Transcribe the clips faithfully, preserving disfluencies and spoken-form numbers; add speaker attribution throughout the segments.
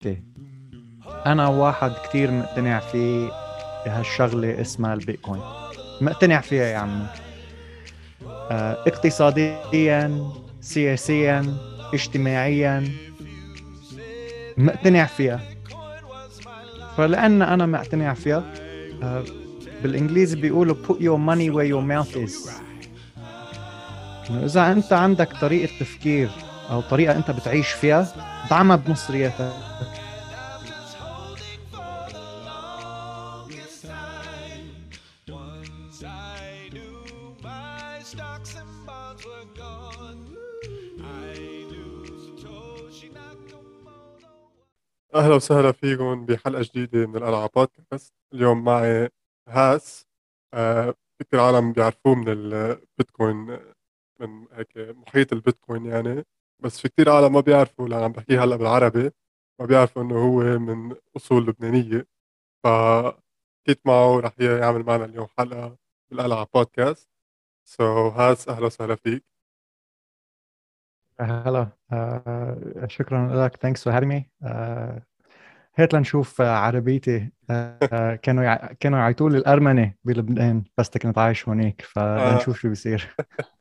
Speaker 1: أنا واحد كتير مقتنع في بهالشغلة اسمها البيتكوين. مقتنع فيها يا عمي. آه، اقتصاديا، سياسيا، اجتماعيا، مقتنع فيها. فلأن أنا مقتنع فيها، آه، بالإنجليزي بيقولوا put your money where your mouth is. إنه إذا أنت عندك طريقة تفكير أو طريقة أنت بتعيش فيها، دعمها بمصرياتك.
Speaker 2: أهلا وسهلا فيكم بحلقة جديدة من الألعاب بودكاست. اليوم معي هاس. آه في كثير عالم بيعرفوه من البيتكوين، من هيك محيط البيتكوين يعني. بس في كثير عالم ما بيعرفوا، لأن عم بحكي هلأ بالعربي، ما بيعرفوا إنه هو من أصول لبنانية. فكيت معه رح يعمل معنا اليوم حلقة بالألعاب بودكاست. سو so, هاس، أهلا وسهلا فيك.
Speaker 1: هلا، آه، شكرا لك. thanks for having me. آه، هات لنشوف. آه، عربيتي. آه، كانوا يع... كانوا يعيطوا لي الأرمنة بلبنان بس كنت عايش هونيك،
Speaker 2: آه
Speaker 1: فلنشوف شو بيصير.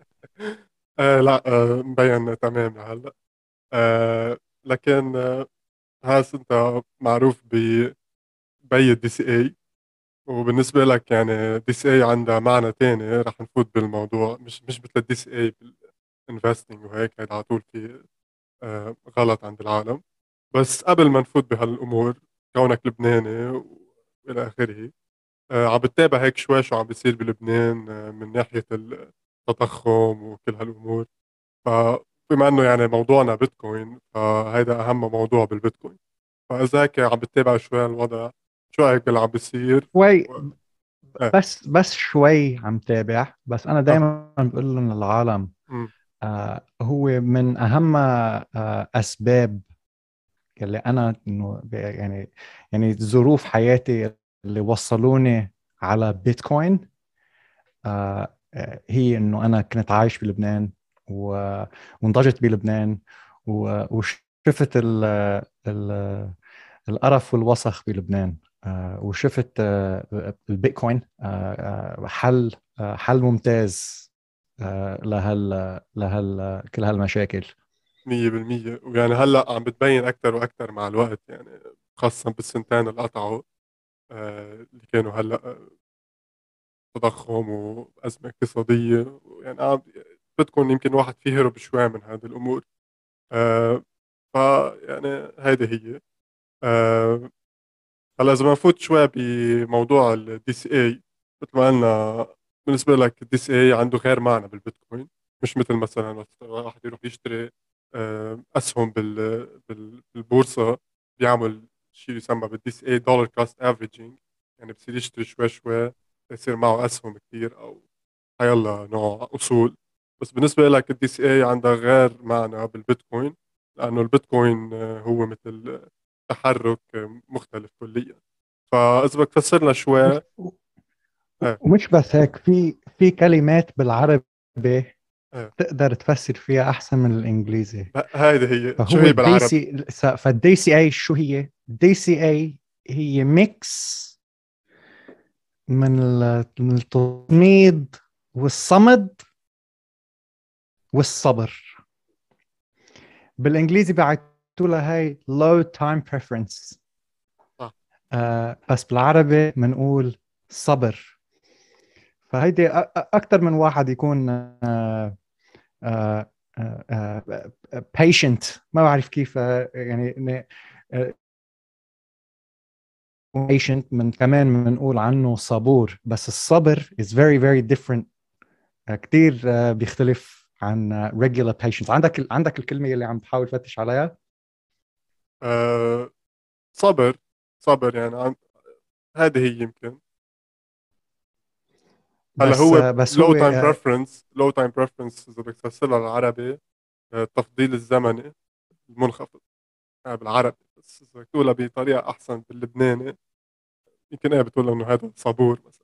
Speaker 2: آه لا، آه مبين تمام هلأ. آه لكن آه هاس، أنت معروف ب بي الدي سي اي. وبالنسبة لك يعني دي سي اي عندها معنى تاني، رح نفوت بالموضوع. مش مش مثل الدي سي اي بالانفستنج وهيك، هيدا على طول في آه غلط عند العالم. بس قبل ما نفوت بهالأمور، كونك لبناني وإلى آخره، آه عم بتتابع هيك شوي شو عم بيصير بلبنان، آه من ناحية التضخم وكل هالأمور. فبما إنه يعني موضوعنا بيتكوين، فهيدا أهم موضوع بالبيتكوين. فإذا هيك عم بتتابع شوي الوضع، شو رأيك باللي عم بيصير؟
Speaker 1: شوي.
Speaker 2: و... آه.
Speaker 1: بس بس شوي عم تابع. بس أنا
Speaker 2: آه.
Speaker 1: دايما بقول لهم للعالم،
Speaker 2: مم.
Speaker 1: آه، هو من أهم آه، أسباب اللي أنا إنه ب- يعني يعني ظروف حياتي اللي وصلوني على بيتكوين. آه، آه، هي إنه أنا كنت عايش بلبنان و- ونضجت بلبنان و- وشفت ال ال القرف والوسخ بلبنان. آه، وشفت آه، البيتكوين آه، آه، حل آه، حل ممتاز آه، لهال لهال كل هالمشاكل.
Speaker 2: مية بالمية. ويعني هلأ عم بتبين أكتر وأكتر مع الوقت، يعني خاصة بالسنتين اللي قطعوا، آه اللي كانوا هلأ آه، تضخم وأزمة اقتصادية. يعني عم بتكون يمكن واحد فيه هرب شوي من هذه الأمور. آه فيعني هيدي هي. آه هلا إذا ما نفوت شوي بموضوع الدي سي اي، مثل ما قلنا، بالنسبة لك الدي سي اي عنده غير معنى بالبيتكوين. مش مثل مثلا مثلاً واحد يروح يشتري آه، أسهم بال بال- بالبورصة، بيعمل شيء يسمى بالدي سي اي دولار كاست افريجينج. يعني بصير يشتري شوي شوي، يصير معه أسهم كثير أو حيلا نوع أصول. بس بالنسبة لك الدي سي اي عندها غير معنى بالبيتكوين، لأنه البيتكوين آه، هو مثل تحرك آه، مختلف كليا. فإذا بدك تفسر لنا شوي. ايه.
Speaker 1: ومش بس هيك، في في كلمات بالعربي
Speaker 2: ايه.
Speaker 1: تقدر تفسر فيها احسن من الانجليزي.
Speaker 2: لا، هيدي هي. شو
Speaker 1: فهو
Speaker 2: هي
Speaker 1: الدي
Speaker 2: بالعربي؟
Speaker 1: سي فالدي سي اي شو هي؟ الدي سي اي هي ميكس من ال- من التصميد والصمد والصبر. بالانجليزي بعتوا لها هاي low time preference.
Speaker 2: صح.
Speaker 1: آه بس بالعربي بنقول صبر. فهيدي اكثر من واحد يكون آه آه آه آه patient. ما بعرف كيف، آه يعني آه patient من كمان بنقول عنه صبور. بس الصبر is very very different. آه كثير آه بيختلف عن آه regular patience. عندك عندك الكلمة اللي عم بحاول فتش عليها.
Speaker 2: آه صبر. صبر يعني عن... هذه هي يمكن. هلا
Speaker 1: بس
Speaker 2: هو
Speaker 1: آه بس
Speaker 2: لو
Speaker 1: هو
Speaker 2: تايم
Speaker 1: آه
Speaker 2: بريفرنس لو تايم بريفرنس اذا بدك تفسرها بالعربي، آه، التفضيل الزمني المنخفض. آه بالعربي. بس اذا بدك تقولها بطريقه احسن باللبناني، يمكن ايه بتقول انه هذا صبور مثلا.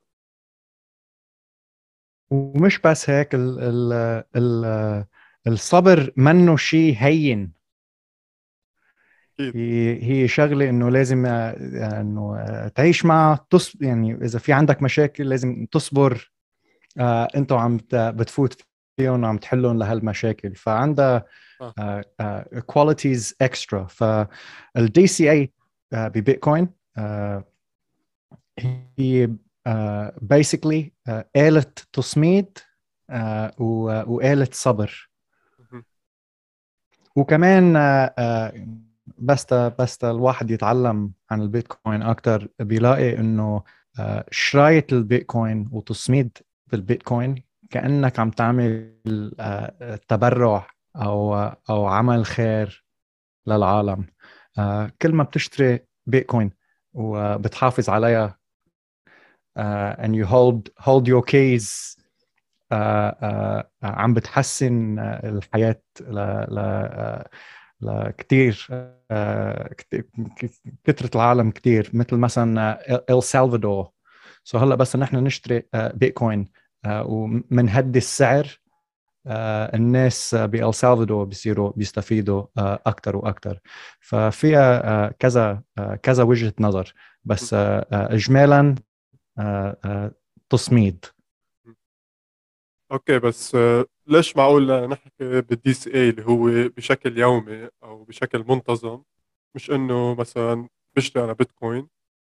Speaker 1: ومش بس هيك، ال ال ال الصبر منه شيء هين.
Speaker 2: اكيد.
Speaker 1: هي هي شغله انه لازم آه، انه آه، تعيش معها تص يعني اذا في عندك مشاكل لازم تصبر. آه، انت وعم ت- بتفوت فيهم وعم تحلهم لهالمشاكل، فعندها
Speaker 2: اه.
Speaker 1: كواليتيز اكسترا. فالدي سي اي ببيتكوين آه، هي بيسكلي آلة تصميد آه، و- وآلة صبر.
Speaker 2: مهم.
Speaker 1: وكمان آه، آه، بس تا- بس تا الواحد يتعلم عن البيتكوين أكتر بيلاقي إنه آه، شراية البيتكوين وتصميد بالبيتكوين كأنك عم تعمل آه، تبرع أو أو عمل خير للعالم. آه، كل ما بتشتري بيتكوين وبتحافظ عليها آه، and you hold hold your keys آه، آه، عم بتحسن آه، الحياة ل ل آه، لكتير آه، كت- كترة العالم كتير، مثل مثلا آه، إل سالفادور. سو هلا بس نحن نشتري آه، بيتكوين آه، ومنهدي السعر، آه، الناس بإل سالفادور بيصيروا بيستفيدوا آه، أكتر وأكتر. ففيها آه، كذا آه، كذا وجهة نظر، بس آه، آه، إجمالا آه، آه، تصميد.
Speaker 2: اوكي، بس آه، ليش معقول نحكي بالدي سي اي اللي هو بشكل يومي او بشكل منتظم، مش انه مثلا بشتري انا بيتكوين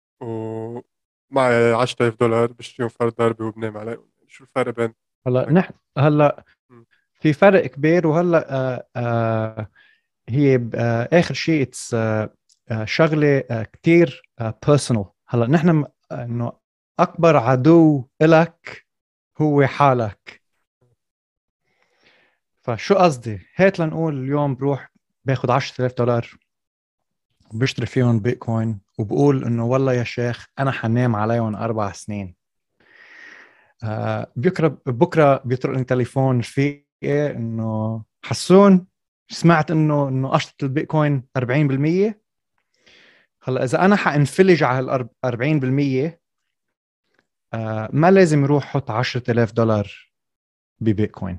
Speaker 2: ومعي عشرة آلاف دولار بشتريهم فرد ضربة وبنام عليهم؟ شو الفرق بين
Speaker 1: هلا
Speaker 2: انك
Speaker 1: نحن هلا
Speaker 2: م-
Speaker 1: في فرق كبير. وهلا آه، آه، هي ب- آه، اخر شيء اتس شغله آه، كتير بيرسونال. هلا نحن م-
Speaker 2: م-
Speaker 1: انه اكبر عدو لك هو حالك. فشو قصدي؟ هات لنقول اليوم بروح باخذ عشرة آلاف دولار وبشتري فيهم بيتكوين وبقول انه والله يا شيخ انا حنام عليهم اربع سنين. آه بكره بكره بيطرقني تليفون رفيقي انه حسون سمعت انه انه قشطه البيتكوين أربعين بالمية. هلا اذا انا حانفلج على ال أربعين بالمية آه ما لازم اروح احط عشرة آلاف دولار ببيتكوين.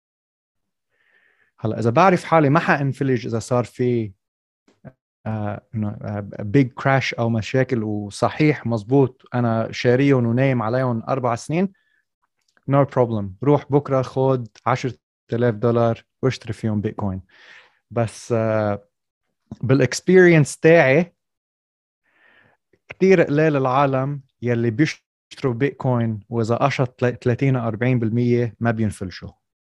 Speaker 1: هلا اذا بعرف حالي ما حانفلج اذا صار في آه انه بيج كراش او مشاكل وصحيح مزبوط انا شاريهم ونايم عليهم اربع سنين، نو no بروبلم، روح بكره خد عشرة آلاف دولار واشتري فيهم بيتكوين. بس آه بالاكسبيرينس تاعي كثير قليل العالم يلي بيشتروا بيتكوين واذا قشط ثلاثين أو أربعين بالمية ما بينفلشوا.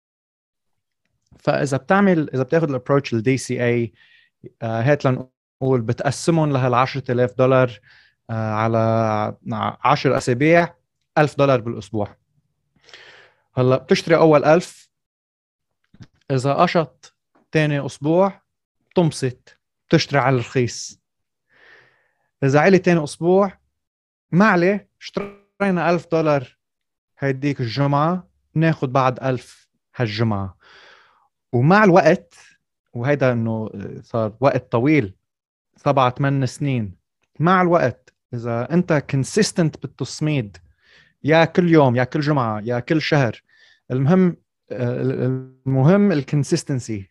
Speaker 1: فاذا بتعمل اذا بتاخذ الابروتش الدي سي اي هات لنقول بتقسمهم لهال عشرة آلاف دولار آه، على عشر اسابيع، ألف دولار بالاسبوع. هلا بتشتري اول ألف، اذا قشط ثاني اسبوع بتنبسط بتشتري على الرخيص. اذا علي ثاني اسبوع ما عليه، اشترينا ألف دولار هيديك الجمعة، ناخد بعد ألف هالجمعة. ومع الوقت، وهيدا انه صار وقت طويل سبعة ثمان سنين، مع الوقت اذا انت كونسيستنت بالتصميد يا كل يوم يا كل جمعة يا كل شهر، المهم آه، المهم الكونسيستنسي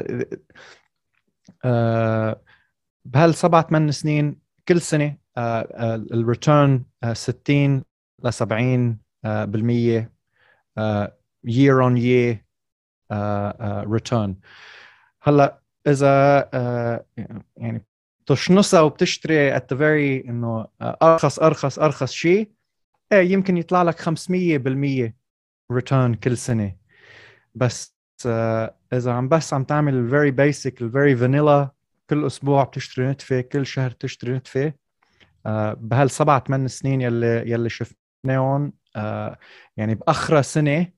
Speaker 1: بهالسبع ثمان سنين كل سنة الريتيرن ستين ل سبعين بالمية year on year ريتيرن. هلا اذا آه، يعني تشنصها وبتشتري at the very انه آه، ارخص ارخص ارخص شيء، ايه يمكن يطلع لك خمسمية بالمية ريتيرن كل سنة. بس آه، اذا عم بس عم تعمل الفيري بيسك الفيري فانيلا، كل اسبوع بتشتري نتفه كل شهر تشتري نتفه آه، بهالسبع ثمان سنين يلي يلي شفناهم آه، يعني باخر سنة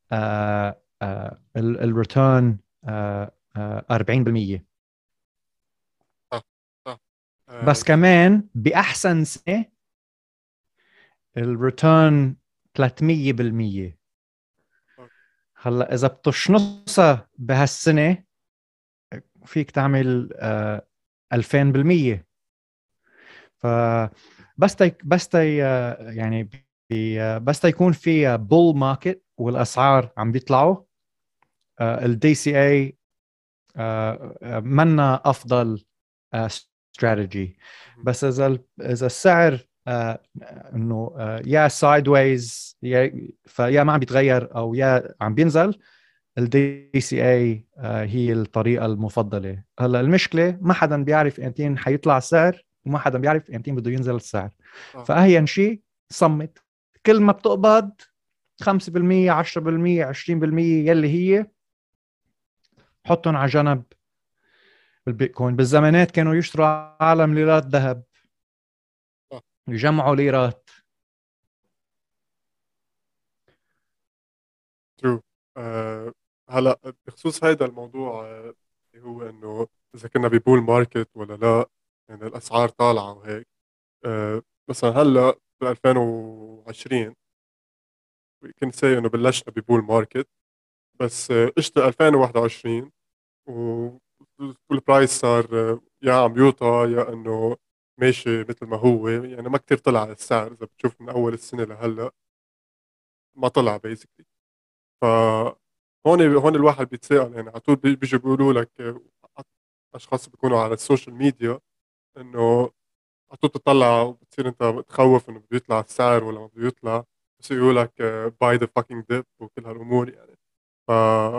Speaker 1: الريتيرن أربعين بالمية.
Speaker 2: صح صح آه،
Speaker 1: بس كمان باحسن سنة الريتيرن ثلاثمية بالمية. هلا اذا بتشنصها بهالسنة فيك تعمل آه، ألفين بالمية. فبس تي بس تي آه، يعني بي آه، بس تيكون في بول ماركت والاسعار عم بيطلعوا الدي سي اي منا افضل استراتيجي. بس اذا ال- اذا السعر آه، انه آه، يا سايد ويز يا فيا ما عم بيتغير او يا عم بينزل، الدي سي اي هي الطريقه المفضله. هلا المشكله ما حدا بيعرف امتين حيطلع السعر وما حدا بيعرف امتين بده ينزل السعر.
Speaker 2: آه.
Speaker 1: فاهين شيء صمت، كل ما بتقبض خمسة بالمية عشرة بالمية عشرين بالمية يلي هي حطهم على جنب بالبيتكوين. بالزمانات كانوا يشتروا عالم ليرات ذهب،
Speaker 2: آه.
Speaker 1: يجمعوا ليرات.
Speaker 2: ترو. آه. هلا بخصوص هذا الموضوع، آه، اللي هو انه اذا كنا ببول ماركت ولا لا، يعني الاسعار طالعه وهيك. آه. مثلا هلا ب ألفين وعشرين كنت ساي انه بلشنا ببول ماركت، بس آه، اجت ألفين وواحد وعشرين و- والبرايس صار آه، يا عم يوطى يا انه ماشي مثل ما هو، يعني ما كتير طلع السعر. اذا بتشوف من اول السنه لهلا ما طلع بيزكلي. ف هون هون الواحد بيتساءل، يعني على طول بي- بيجوا بيقولوا لك آه، اشخاص بيكونوا على السوشيال ميديا انه على طول بتطلع وبتصير انت تخوف انه بده يطلع السعر ولا ما بده يطلع، بس يقولوا لك باي ذا فاكينج ديب وكل هالامور يعني. ف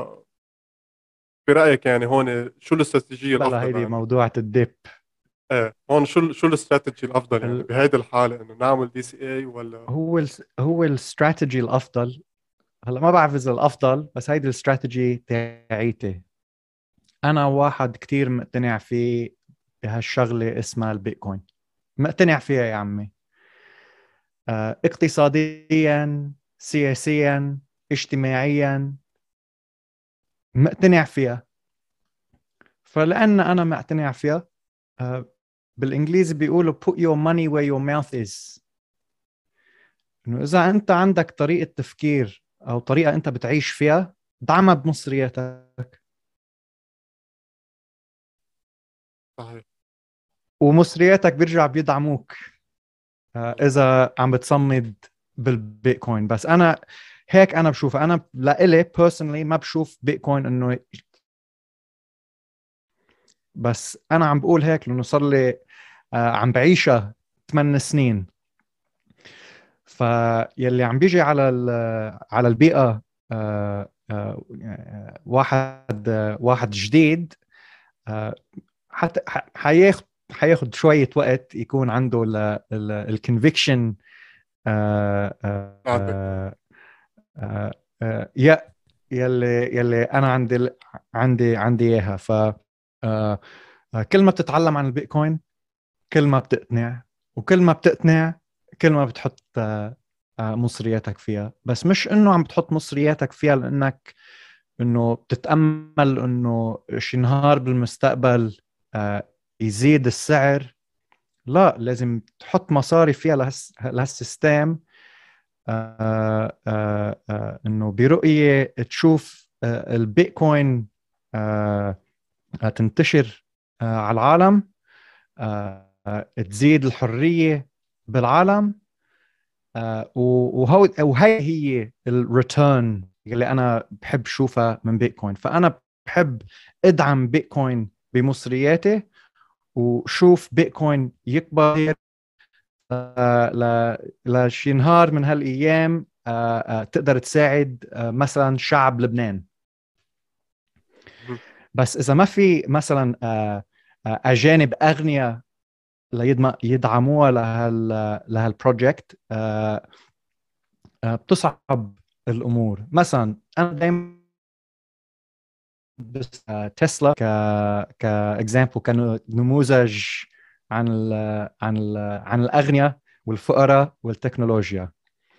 Speaker 2: في رايك يعني هون شو الاستراتيجيه
Speaker 1: بلا
Speaker 2: الافضل
Speaker 1: هيدي
Speaker 2: لنعمل؟
Speaker 1: موضوعة الديب.
Speaker 2: ايه هون شو ال- شو الاستراتيجي الافضل يعني
Speaker 1: ال...
Speaker 2: بهيدي الحاله، انه نعمل دي سي اي ولا؟
Speaker 1: هو ال... هو الاستراتيجي الافضل. هلا ما بعرف اذا الافضل، بس هيدي الاستراتيجي تاعيتي. انا واحد كتير مقتنع فيه بهالشغله اسمها البيتكوين. مقتنع فيها يا عمي. آه، اقتصاديا، سياسيا، اجتماعيا، مقتنع فيها. فلأن أنا مقتنع فيها، آه، بالإنجليزي بيقولوا put your money where your mouth is. إنه إذا أنت عندك طريقة تفكير أو طريقة أنت بتعيش فيها، دعمها بمصرياتك،
Speaker 2: صحيح.
Speaker 1: ومصرياتك بيرجع بيدعموك آه،
Speaker 2: مظبوط.
Speaker 1: إذا عم بتصمد بالبيتكوين. بس أنا هيك أنا بشوف. أنا لإلي personally ما بشوف بيتكوين إنه، بس أنا عم بقول هيك لأنه صار لي آه، عم بعيشها ثمان سنين. فيلي عم بيجي على على البيئة آه، آه، آه، واحد آه، واحد جديد، آه، حتى ح- حياخد حياخد شوية وقت يكون عنده الكونفكشن
Speaker 2: عندك آه.
Speaker 1: يا يلي يلي انا عندي ال- عندي عندي اياها. ف آه، آه، كل ما بتتعلم عن البيتكوين كل ما بتقتنع، وكل ما بتقتنع كل ما بتحط آه، آه، مصرياتك فيها. بس مش انه عم بتحط مصرياتك فيها لانك انه بتتامل انه شي نهار بالمستقبل آه، يزيد السعر. لا، لازم تحط مصاري فيها لهالس- لهالسيستم. آه، آه، آه، انه برؤية تشوف آه، البيتكوين آه، آه، تنتشر آه، على العالم، آه، آه، تزيد الحرية بالعالم. آه، وهو وهي هي الريتيرن اللي انا بحب شوفها من بيتكوين. فانا بحب ادعم بيتكوين بمصرياتي، وشوف بيتكوين يكبر آه، ل لشي نهار من هالايام آه، آه، تقدر تساعد آه، مثلا شعب لبنان.
Speaker 2: مهم.
Speaker 1: بس اذا ما في مثلا آه، آه، اجانب اغنياء ليدم- يدعموها لهال لهالبروجكت، آه، آه، بتصعب الامور. مثلا انا دائما بس آه، تسلا ك كاكزامبل، كنموذج عن ال عن ال عن الاغنياء والفقراء والتكنولوجيا.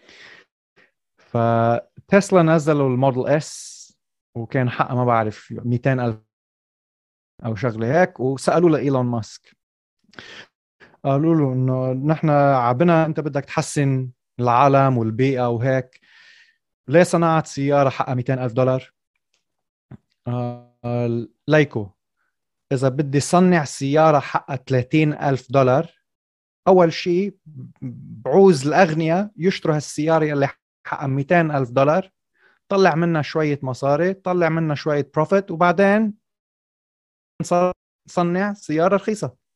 Speaker 1: فتسلا نزلوا الموديل اس، وكان حقها ما بعرف مئتين ألف او شغله هيك، وسالوا لايلون ماسك قالوا له انه نحن عبنا انت بدك تحسن العالم والبيئه وهيك، ليه صنعت سياره حقها مئتين ألف دولار؟ آه ليكو، إذا بدي صنع سيارة حقها ثلاثين ألف دولار، أول شيء بعوز الأغنياء يشتروا هالسيارة اللي حقها مئتين ألف دولار، طلع منها شوية مصاري، طلع منها شوية بروفيت، وبعدين صنع سيارة رخيصة.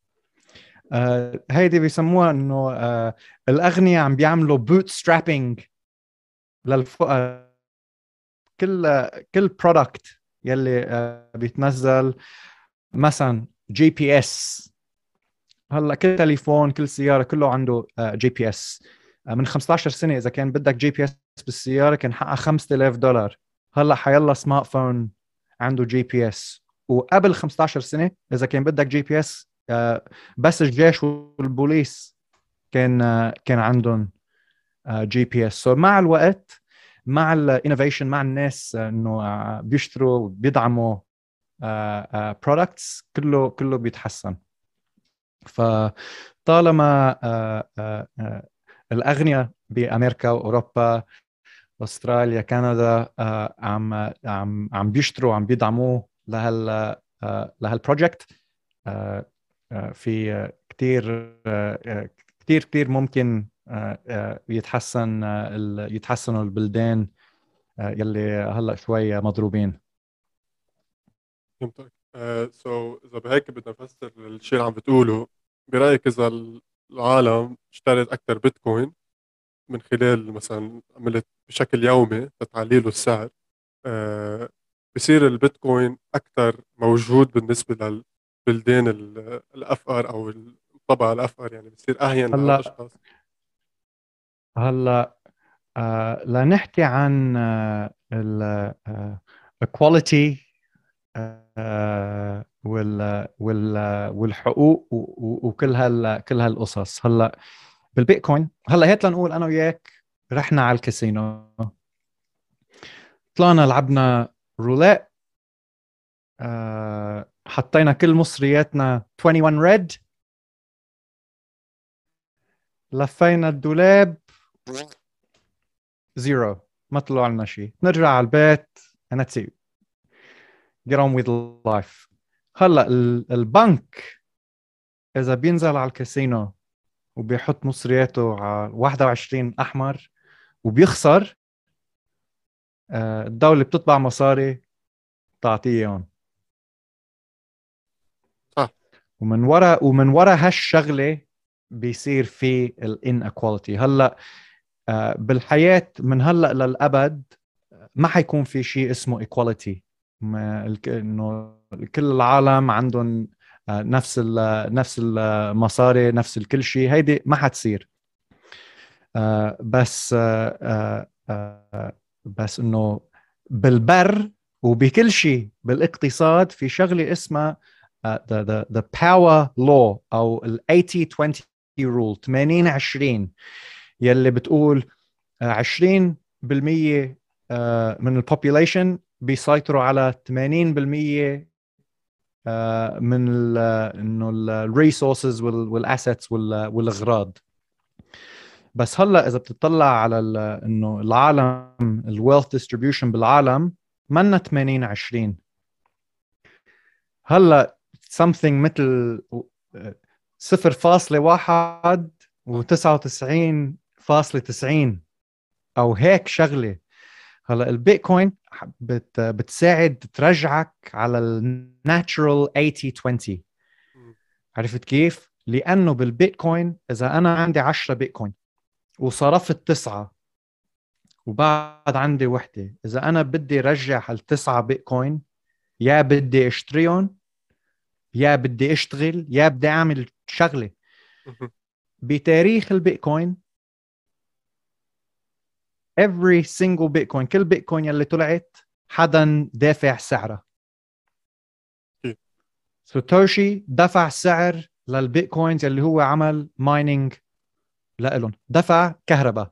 Speaker 1: آه هيدي بيسموها انه آه الاغنياء عم بيعملوا بوت سترابينج للفقراء. كل كل برودكت يلي آه بيتنزل، مثلا جي بي اس. هلا كل تليفون كل سياره كله عنده جي بي اس. من خمسة عشر سنه اذا كان بدك جي بي اس بالسياره كان حقها خمسة آلاف دولار. هلا حيلا سمارت فون عنده جي بي اس. وقبل خمسة عشر سنه اذا كان بدك جي بي اس بس الجيش والبوليس كان آه، كان عندهم جي بي اس. سو مع الوقت، مع الانوفيشن، مع الناس آه، انه آه، بيشتروا وبيدعموا برودكتس، كله كله بيتحسن. فطالما آه، آه، آه، الأغنياء بأمريكا وأوروبا أستراليا كندا آه، عم عم عم بيشتروا، عم بيدعموه لهال آه، لهالبروجكت. آه، آه، في آه، كتير آه، آه، كتير كتير ممكن آه، آه، يتحسن آه، ال- يتحسنوا البلدان آه، يلي هلا شوي مضروبين.
Speaker 2: فهمتك. آه سو إذا بهيك بدنا نفسر الشيء اللي عم بتقوله، برأيك إذا العالم اشترت أكثر بيتكوين من خلال مثلا عملت بشكل يومي لتعليله السعر، آه بصير البيتكوين أكثر موجود بالنسبة للبلدان ال- الأفقر أو الطبقة الأفقر، يعني بصير أهين
Speaker 1: هلا
Speaker 2: لهالأشخاص.
Speaker 1: هلا آه، لنحكي عن الايكواليتي وال وال والحقوق و- و- وكل هال كل هالقصص. هلا بالبيتكوين، هلا هات لنقول انا وياك رحنا على الكاسينو، طلعنا لعبنا رولات، آه، حطينا كل مصرياتنا واحد وعشرين ريد، لفينا الدولاب زيرو، ما طلع لنا شيء. نرجع على البيت and that's it. get on with life. هلا ال- البنك اذا بينزل على الكاسينو وبيحط مصرياته على واحد وعشرين احمر وبيخسر، آه، الدولة بتطبع مصاري تعطيهم.
Speaker 2: صح.
Speaker 1: ومن وراء ومن وراء هالشغلة بيصير في الانكواليتي. هلا آه، بالحياة من هلا للأبد ما حيكون في شيء اسمه equality. ما الك- انه كل العالم عندهم آه، نفس ال- نفس المصاري، نفس الكل شيء. هيدي ما حتصير. آه، بس آه، آه، آه، بس انه بالبر وبكل شيء بالاقتصاد في شغله اسمها آه، the the the power law او ال ثمانين عشرين rule، ثمانين عشرين، يلي بتقول آه، عشرين بالمية آه، من البوبوليشن بيسيطروا على ثمانين بالمية آه، من ال انه الريسورسز والاسيتس والاغراض. بس هلا اذا بتطلع على ال- انه العالم الويلث ديستريبيوشن بالعالم منا ثمانين عشرين. هلا something مثل صفر فاصلة واحد و99.90 او هيك شغله. هلا البيتكوين بت بتساعد ترجعك على الناتشرال ثمانين عشرين.
Speaker 2: مم.
Speaker 1: عرفت كيف؟ لانه بالبيتكوين اذا انا عندي عشرة بيتكوين وصرفت تسعة وبعد عندي وحدة، إذا أنا بدي رجع هالتسعة بيتكوين، يا بدي أشتريهم، يا بدي أشتغل، يا بدي أعمل شغلة.
Speaker 2: مهم.
Speaker 1: بتاريخ البيتكوين every single بيتكوين، كل بيتكوين يلي طلعت حدا دافع سعرها.
Speaker 2: أكيد.
Speaker 1: ساتوشي دفع سعر للبيتكوينز اللي هو عمل مايننج لإلهم، دفع كهرباء.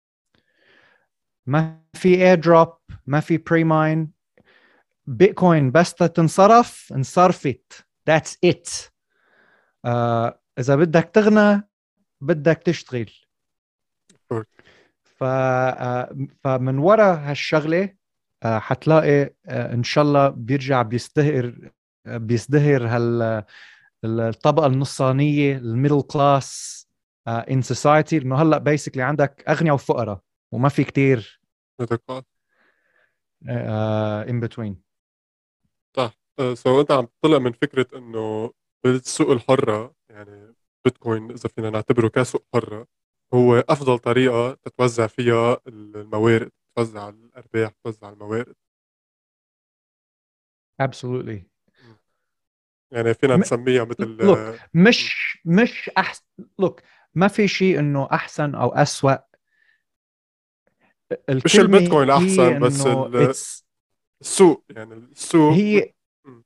Speaker 1: ما في اير دروب، ما في بري ماين. بيتكوين بس تنصرف انصرفت. That's it. آه إذا بدك تغنى بدك تشتغل.
Speaker 2: Of course.
Speaker 1: ف آه فمن وراء هالشغلة آه حتلاقي آه إن شاء الله بيرجع بيزدهر آه بيزدهر هال الطبقة النصانية الميدل كلاس ان سوسايتي، لأنه هلا بيسكلي عندك أغنياء وفقراء وما في كتير
Speaker 2: نتوقع.
Speaker 1: ان بتوين.
Speaker 2: صح. سو أنت عم تطلع من فكرة إنه بالسوق الحرة، يعني البيتكوين إذا فينا نعتبره كسوق حرة هو أفضل طريقة تتوزع فيها الموارد، توزع الأرباح، توزع الموارد.
Speaker 1: absolutely.
Speaker 2: م. يعني فينا
Speaker 1: م...
Speaker 2: نسميها مثل
Speaker 1: look
Speaker 2: م.
Speaker 1: مش مش احسن. look ما في شيء انه احسن او اسوأ.
Speaker 2: مش
Speaker 1: الكلمة
Speaker 2: البيتكوين
Speaker 1: هي
Speaker 2: أحسن بس
Speaker 1: انه
Speaker 2: ال-
Speaker 1: it's
Speaker 2: السوق، يعني السوق و...
Speaker 1: هي.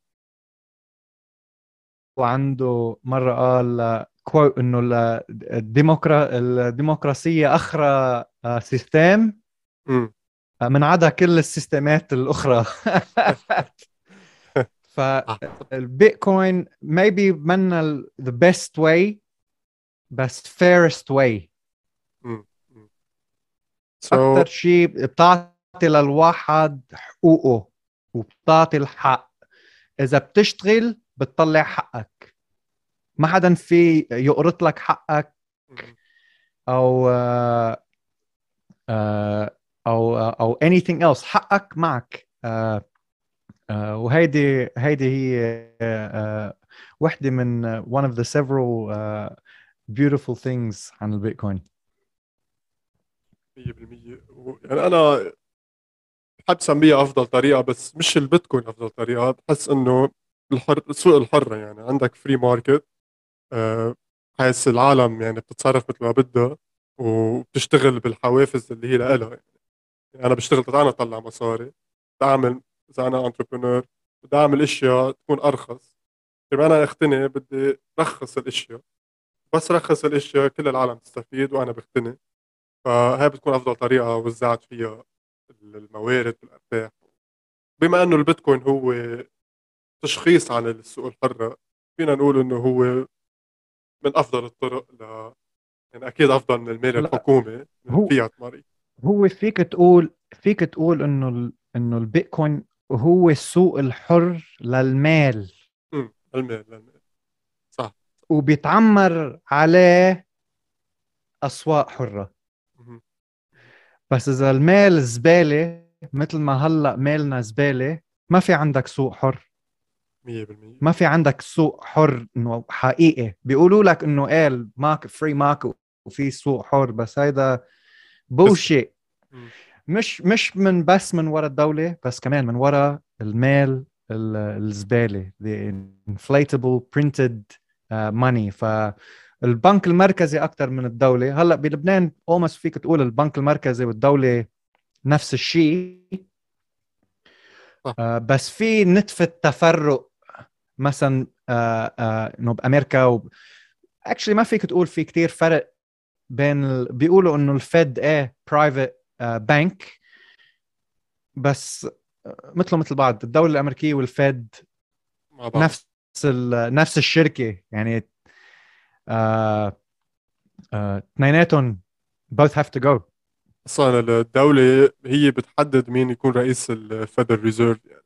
Speaker 1: وعنده مرة قال كويت انه ال- الديمقرا الديمقراطية اخرى آه، سيستم
Speaker 2: م.
Speaker 1: آه، من عدا كل السيستمات الاخرى.
Speaker 2: صح.
Speaker 1: فالبيتكوين maybe منا ال- the best way بس fairest way.
Speaker 2: م. م.
Speaker 1: اكتر
Speaker 2: so
Speaker 1: شيء بتعطي للواحد حقوقه وبتعطي الحق. اذا بتشتغل بتطلع حقك. ما حدا في يقرط لك حقك
Speaker 2: م.
Speaker 1: او آه، آه، او آه، او anything else. حقك معك. آه، آه، وهيدي هيدي هي آه، آه، وحده من آه، one of the several آه، beautiful things عن البيتكوين.
Speaker 2: مية بالمية و- يعني أنا بحب سميها أفضل طريقة، بس مش البيتكوين أفضل طريقة. بحس إنه الحر السوق الحرة، يعني عندك فري ماركت، أه حيث العالم يعني بتتصرف مثل ما بدها وبتشتغل بالحوافز اللي هي لها. يعني أنا بشتغل تتعنا أطلع مصاري، بدي أعمل، إذا أنا انتربرنور بدي أعمل أشياء تكون أرخص. يبقى أنا أختني بدي رخص الأشياء، بس رخص الأشياء كل العالم تستفيد وأنا بختني. فهي بتكون أفضل طريقة وزعت فيها الموارد والأرباح. بما انه البيتكوين هو تشخيص عن السوق الحرة، فينا نقول انه هو من افضل الطرق ل يعني اكيد افضل من المال
Speaker 1: لا
Speaker 2: الحكومي، من
Speaker 1: هو
Speaker 2: الفيات ماري.
Speaker 1: هو فيك تقول فيك تقول انه ال- انه البيتكوين هو السوق الحر للمال
Speaker 2: امم المال المال صح.
Speaker 1: وبيتعمر عليه اسواق حرة.
Speaker 2: مهم.
Speaker 1: بس اذا المال زبالة مثل ما هلا مالنا زبالة ما في عندك سوق حر.
Speaker 2: مية بالمية.
Speaker 1: ما في عندك سوق حر انه حقيقي. بيقولوا لك انه قال ماك فري ماك وفي سوق حر بس هيدا
Speaker 2: كذبة.
Speaker 1: بوشي.
Speaker 2: مم.
Speaker 1: مش مش من بس من وراء الدولة بس كمان من وراء المال ال- الزبالة the inflatable printed uh, money. فالبنك المركزي أكثر من الدولة. هلأ بلبنان almost فيك تقول البنك المركزي والدولة نفس الشيء.
Speaker 2: صح.
Speaker 1: uh, بس في نتفة تفرق مثلا uh, uh, انه بامريكا و... actually ما فيك تقول في كتير فرق بين ال... بيقولوا انه الفيد ايه برايفت بانك بس مثله مثل بعض. الدولة الأمريكية والفيد
Speaker 2: مع بعض.
Speaker 1: نفس ال... نفس الشركة يعني. آه آه اثنيناتهم both have to go.
Speaker 2: اصلا الدولة هي بتحدد مين يكون رئيس الفيدرال ريزيرف يعني.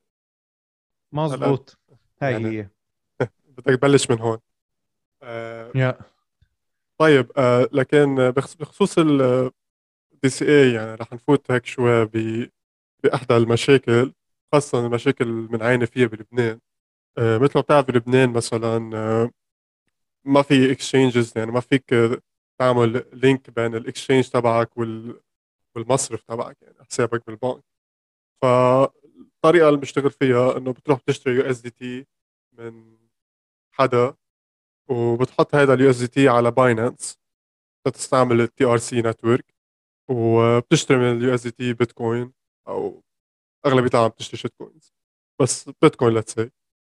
Speaker 2: هلا
Speaker 1: مظبوط. هاي
Speaker 2: يعني
Speaker 1: هي.
Speaker 2: بدك تبلش من هون. آه
Speaker 1: يا
Speaker 2: طيب، آه لكن بخص- بخصوص الدي سي اي، يعني رح نفوت هيك شوي ب- بإحدى المشاكل، خاصة المشاكل من عاني فيها بلبنان. آه، مثل ما بتعرف بلبنان مثلا، آه، ما في اكسشينجز، يعني ما فيك آه، تعمل لينك بين الاكسشينج تبعك وال- والمصرف تبعك، يعني حسابك بالبنك. فالطريقة اللي بشتغل فيها انه بتروح تشتري يو اس دي تي من حدا، وبتحط هذا اليو اس دي تي على باينانس تستعمل التي ار سي نتورك، وبتشتري من اليو اس دي تي بيتكوين، او اغلبية العالم بتشتري شيت كوينز، بس بيتكوين ليتس سي.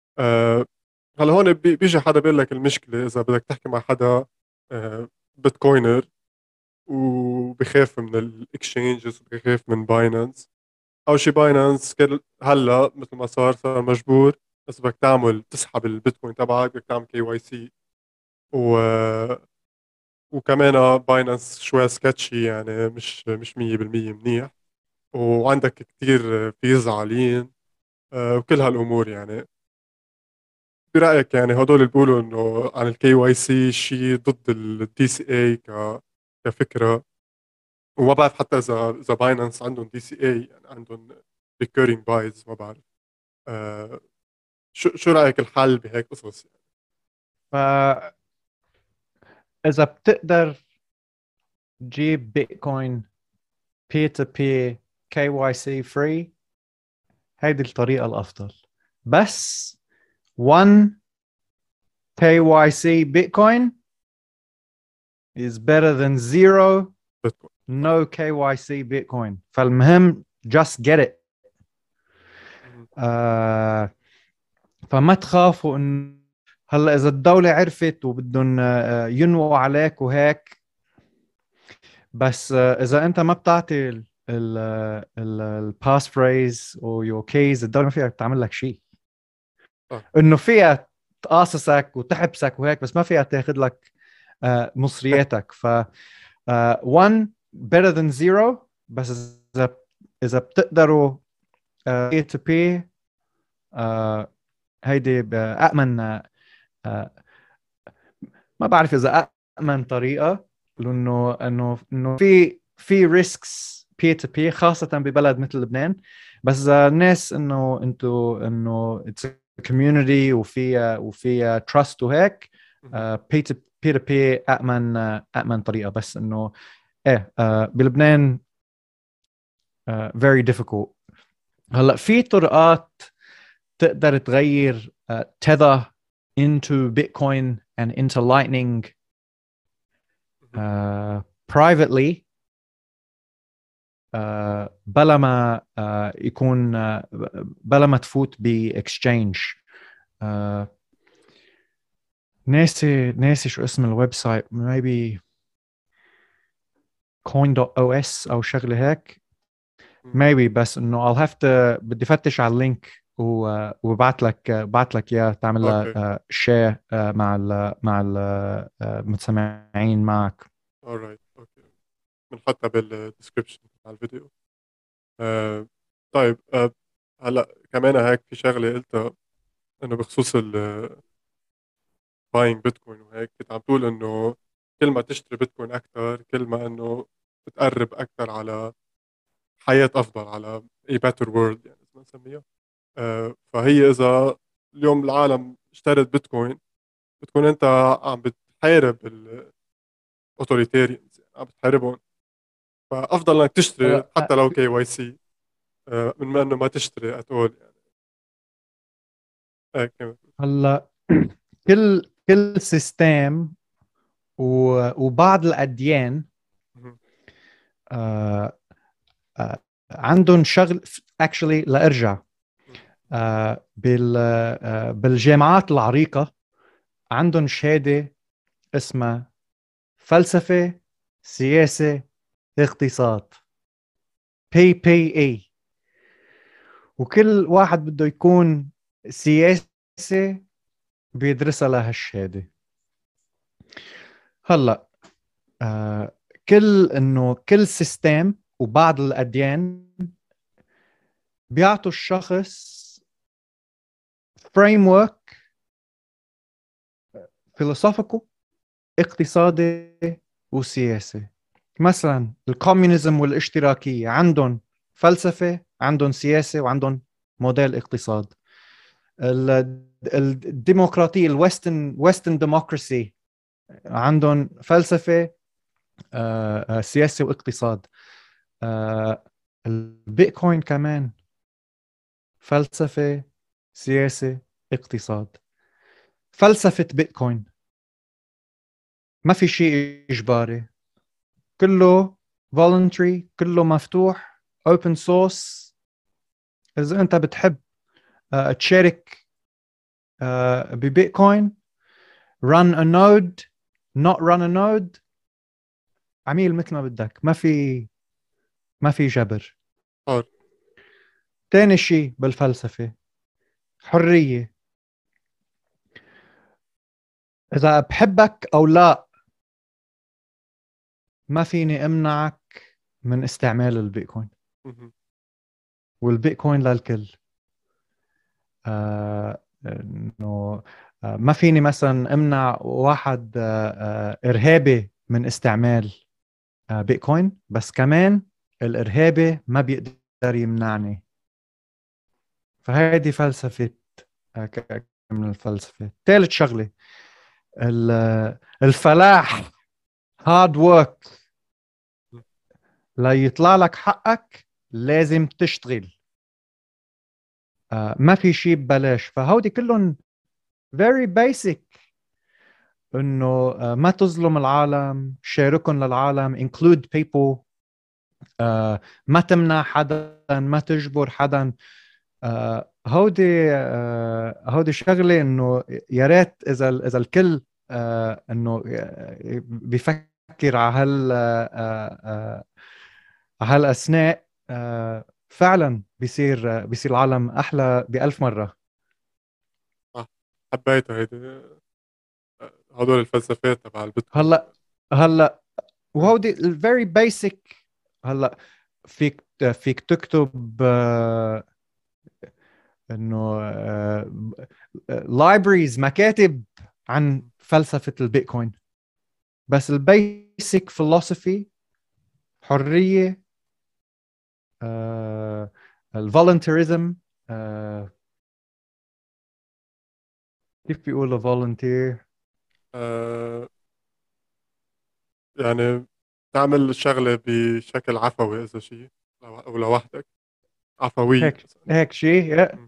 Speaker 2: هلا هون بي- بيجي حدا بيقول لك المشكله اذا بدك تحكي مع حدا آه، بيتكوينر وبخاف من الاكسشينجز وبخاف من باينانس. اول شيء باينانس كل هلا مثل ما صار صار مجبور، بس بدك تعمل تسحب البيتكوين تبعك بدك تعمل كي واي سي. و وكمان باينانس شوي سكتشي، يعني مش مش مية بالمية منيح، وعندك كتير فيز عاليين، آه، وكل هالامور يعني. برأيك يعني هدول اللي بيقولوا انه عن الكي واي سي شيء ضد الدي سي اي ك كفكرة، وما بعرف حتى اذا اذا باينانس عندهم دي سي اي، يعني عندهم ريكورينج بايز، ما بعرف. آه شو شو رأيك الحل بهيك قصص يعني؟
Speaker 1: ف إذا بتقدر تجيب بيتكوين peer to peer كي واي سي free، هيدي الطريقة الأفضل. بس one كي واي سي Bitcoin is better than zero
Speaker 2: بيتكوين.
Speaker 1: no كي واي سي Bitcoin. فالمهم just get it.
Speaker 2: مهم.
Speaker 1: آه فما تخافوا إن هلا إذا الدولة عرفت وبدهم آه، ينووا عليك وهيك، بس آه، إذا أنت ما بتعطي الباس فريز او يور كيز، الدولة ما فيها تعمل لك شيء.
Speaker 2: آه.
Speaker 1: انه فيها تقاصصك وتحبسك وهيك، بس ما فيها تاخذ لك آه، مصرياتك. ف آه، one better than zero. بس اذا اذا بتقدروا آه، peer to peer، آه، هيدي بأأمن آه، ما بعرف اذا أأمن طريقة، لانه انه انه في في ريسكس peer to peer خاصة ببلد مثل لبنان. بس اذا الناس انه انتو انه it's a community وفيها وفيها trust وهيك،
Speaker 2: مهم.
Speaker 1: peer to peer to peer أأمن آه، أأمن طريقة. بس انه ايه آه، بلبنان آه، very difficult. هلا في طرقات تقدر تغير آه، tether into Bitcoin and into Lightning
Speaker 2: مهم.
Speaker 1: uh, privately uh, بلا ما uh, يكون uh, بلا ما تفوت باكسشينج. uh, ناسي ناسي شو اسم الويب سايت، maybe coin دوت او اس او شغله هيك
Speaker 2: مهم.
Speaker 1: maybe. بس انه I'll have to بدي فتش على اللينك وببعت لك بعت لك اياه تعمل
Speaker 2: اوكي.
Speaker 1: له شير مع ال مع المتسمعين معك.
Speaker 2: alright. اوكي، بنحطها بالديسكربشن على الفيديو. آه. طيب، آه. هلا كمان هيك في شغله قلتها، انه بخصوص ال باينج بيتكوين وهيك، كنت عم تقول انه كل ما تشتري بيتكوين اكثر، كل ما انه بتقرب اكثر على حياه افضل، على اي باتر وورلد يعني اذا نسميها. آه فهي اذا اليوم العالم اشترت بيتكوين، بتكون انت عم بتحارب الاوتوريتيريانز، يعني عم بتحاربهم. فافضل انك تشتري
Speaker 1: هلا
Speaker 2: حتى لو كي واي سي، آه من ما انه ما تشتري اتول يعني. هيك كمان.
Speaker 1: هلا كل كل سيستم وبعض الأديان
Speaker 2: مهم.
Speaker 1: آه، آه، عندهم شغل actually. لأرجع آه، بال آه، بالجامعات العريقة عندهم شهادة اسمها فلسفة سياسة اقتصاد بي بي اي. وكل واحد بده يكون سياسة بيدرسها لهالشهادة. هلا آه، كل انه كل سيستم وبعض الأديان بيعطوا الشخص framework philosophical اقتصادي وسياسي. مثلا الكوميونيزم والاشتراكية عندهم فلسفة، عندهم سياسة، وعندهم موديل اقتصاد. ال- الديمقراطية الويسترن ويسترن ديموكراسي عندهم فلسفة آه، آه، سياسة واقتصاد. آه، البيتكوين كمان فلسفة سياسة اقتصاد. فلسفة بيتكوين ما في شيء إجباري، كله voluntary، كله مفتوح open source. إذا أنت بتحب uh, تشارك uh, ببيتكوين run a node not run a node، عميل مثل ما بدك، ما في ما في جبر.
Speaker 2: حر.
Speaker 1: تاني شيء بالفلسفة حرية. إذا بحبك أو لا ما فيني أمنعك من استعمال البيتكوين،
Speaker 2: مهم.
Speaker 1: والبيتكوين للكل. آه، انه آه، ما فيني مثلا امنع واحد آه، آه، ارهابي من استعمال آه، بيتكوين، بس كمان الارهابي ما بيقدر يمنعني. فهذه فلسفة آه، ك- من الفلسفة. ثالث شغلة ال- الفلاح هارد ورك. لا يطلع لك حقك لازم تشتغل. آه ما في شيء ببلاش. فهودي كلهم very basic. انه آه ما تظلم العالم، شاركهم للعالم، include people. آه ما تمنع حدا، ما تجبر حدا. آه هودي آه هودي شغله انه يا ريت اذا اذا الكل آه انه بيفكر على هال آه آه على هالاثناء. آه فعلا بيصير آه بيصير العالم احلى بألف مره.
Speaker 2: صح. حبيته هيدي، هدول الفلسفات تبع البيتكوين.
Speaker 1: هلا هلا
Speaker 2: مم.
Speaker 1: وهودي الفيري بيسك. هلا فيك فيك تكتب آه انه لايبريز مكاتب عن فلسفة البيتكوين. بس البيسك فلسفي حرية، آه الفولنتيريزم. آه كيف بيقولوا فولنتير؟
Speaker 2: آه يعني تعمل الشغلة بشكل عفوي إذا شيء، لو- أو لوحدك، عفوية
Speaker 1: هيك
Speaker 2: مثلا.
Speaker 1: هيك شيء.
Speaker 2: مم.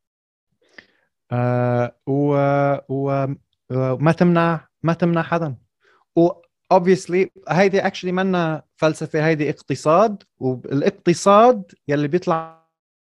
Speaker 1: آه و و وما تمنع ما تمنع حدا. و obviously هيدي actually منا فلسفة، هيدي اقتصاد. والاقتصاد يلي بيطلع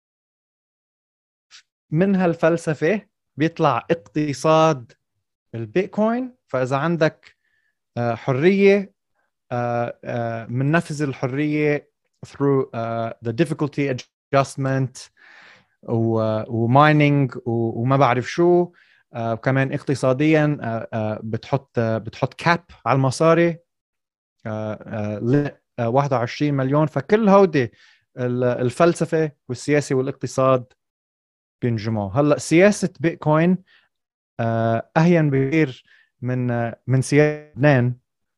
Speaker 1: من هالفلسفة بيطلع اقتصاد البيتكوين. فإذا عندك آه، حرية، آه، آه، من نفذ الحرية through آه، the difficulty adjustment ومايننج وما بعرف شو. آه، وكمان اقتصاديا آه، آه، بتحط آه، بتحط كاب على المصاري ل واحد وعشرين مليون. فكل هودي ال- الفلسفة والسياسة والاقتصاد بينجمعوا. هلا سياسة بيتكوين آه، أهين بكثير من آه، من سياسة لبنان.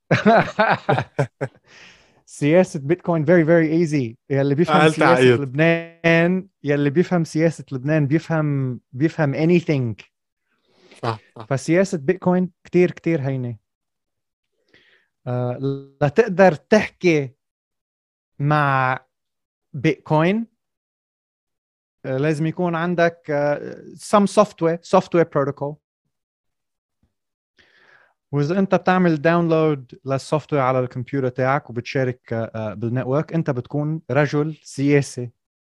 Speaker 1: سياسة بيتكوين very very easy. يلي بيفهم
Speaker 2: أقل
Speaker 1: سياسة
Speaker 2: تعقيد.
Speaker 1: لبنان، يلي بيفهم سياسة لبنان بيفهم بيفهم anything.
Speaker 2: صح صح.
Speaker 1: فسياسة بيتكوين كتير كتير هينة. آه، لتقدر تحكي مع بيتكوين آه، لازم يكون عندك آه، some software software protocol. واذا انت بتعمل داونلود للسوفت وير على الكمبيوتر تاعك وبتشارك آه، آه، بالنتورك، انت بتكون رجل سياسي.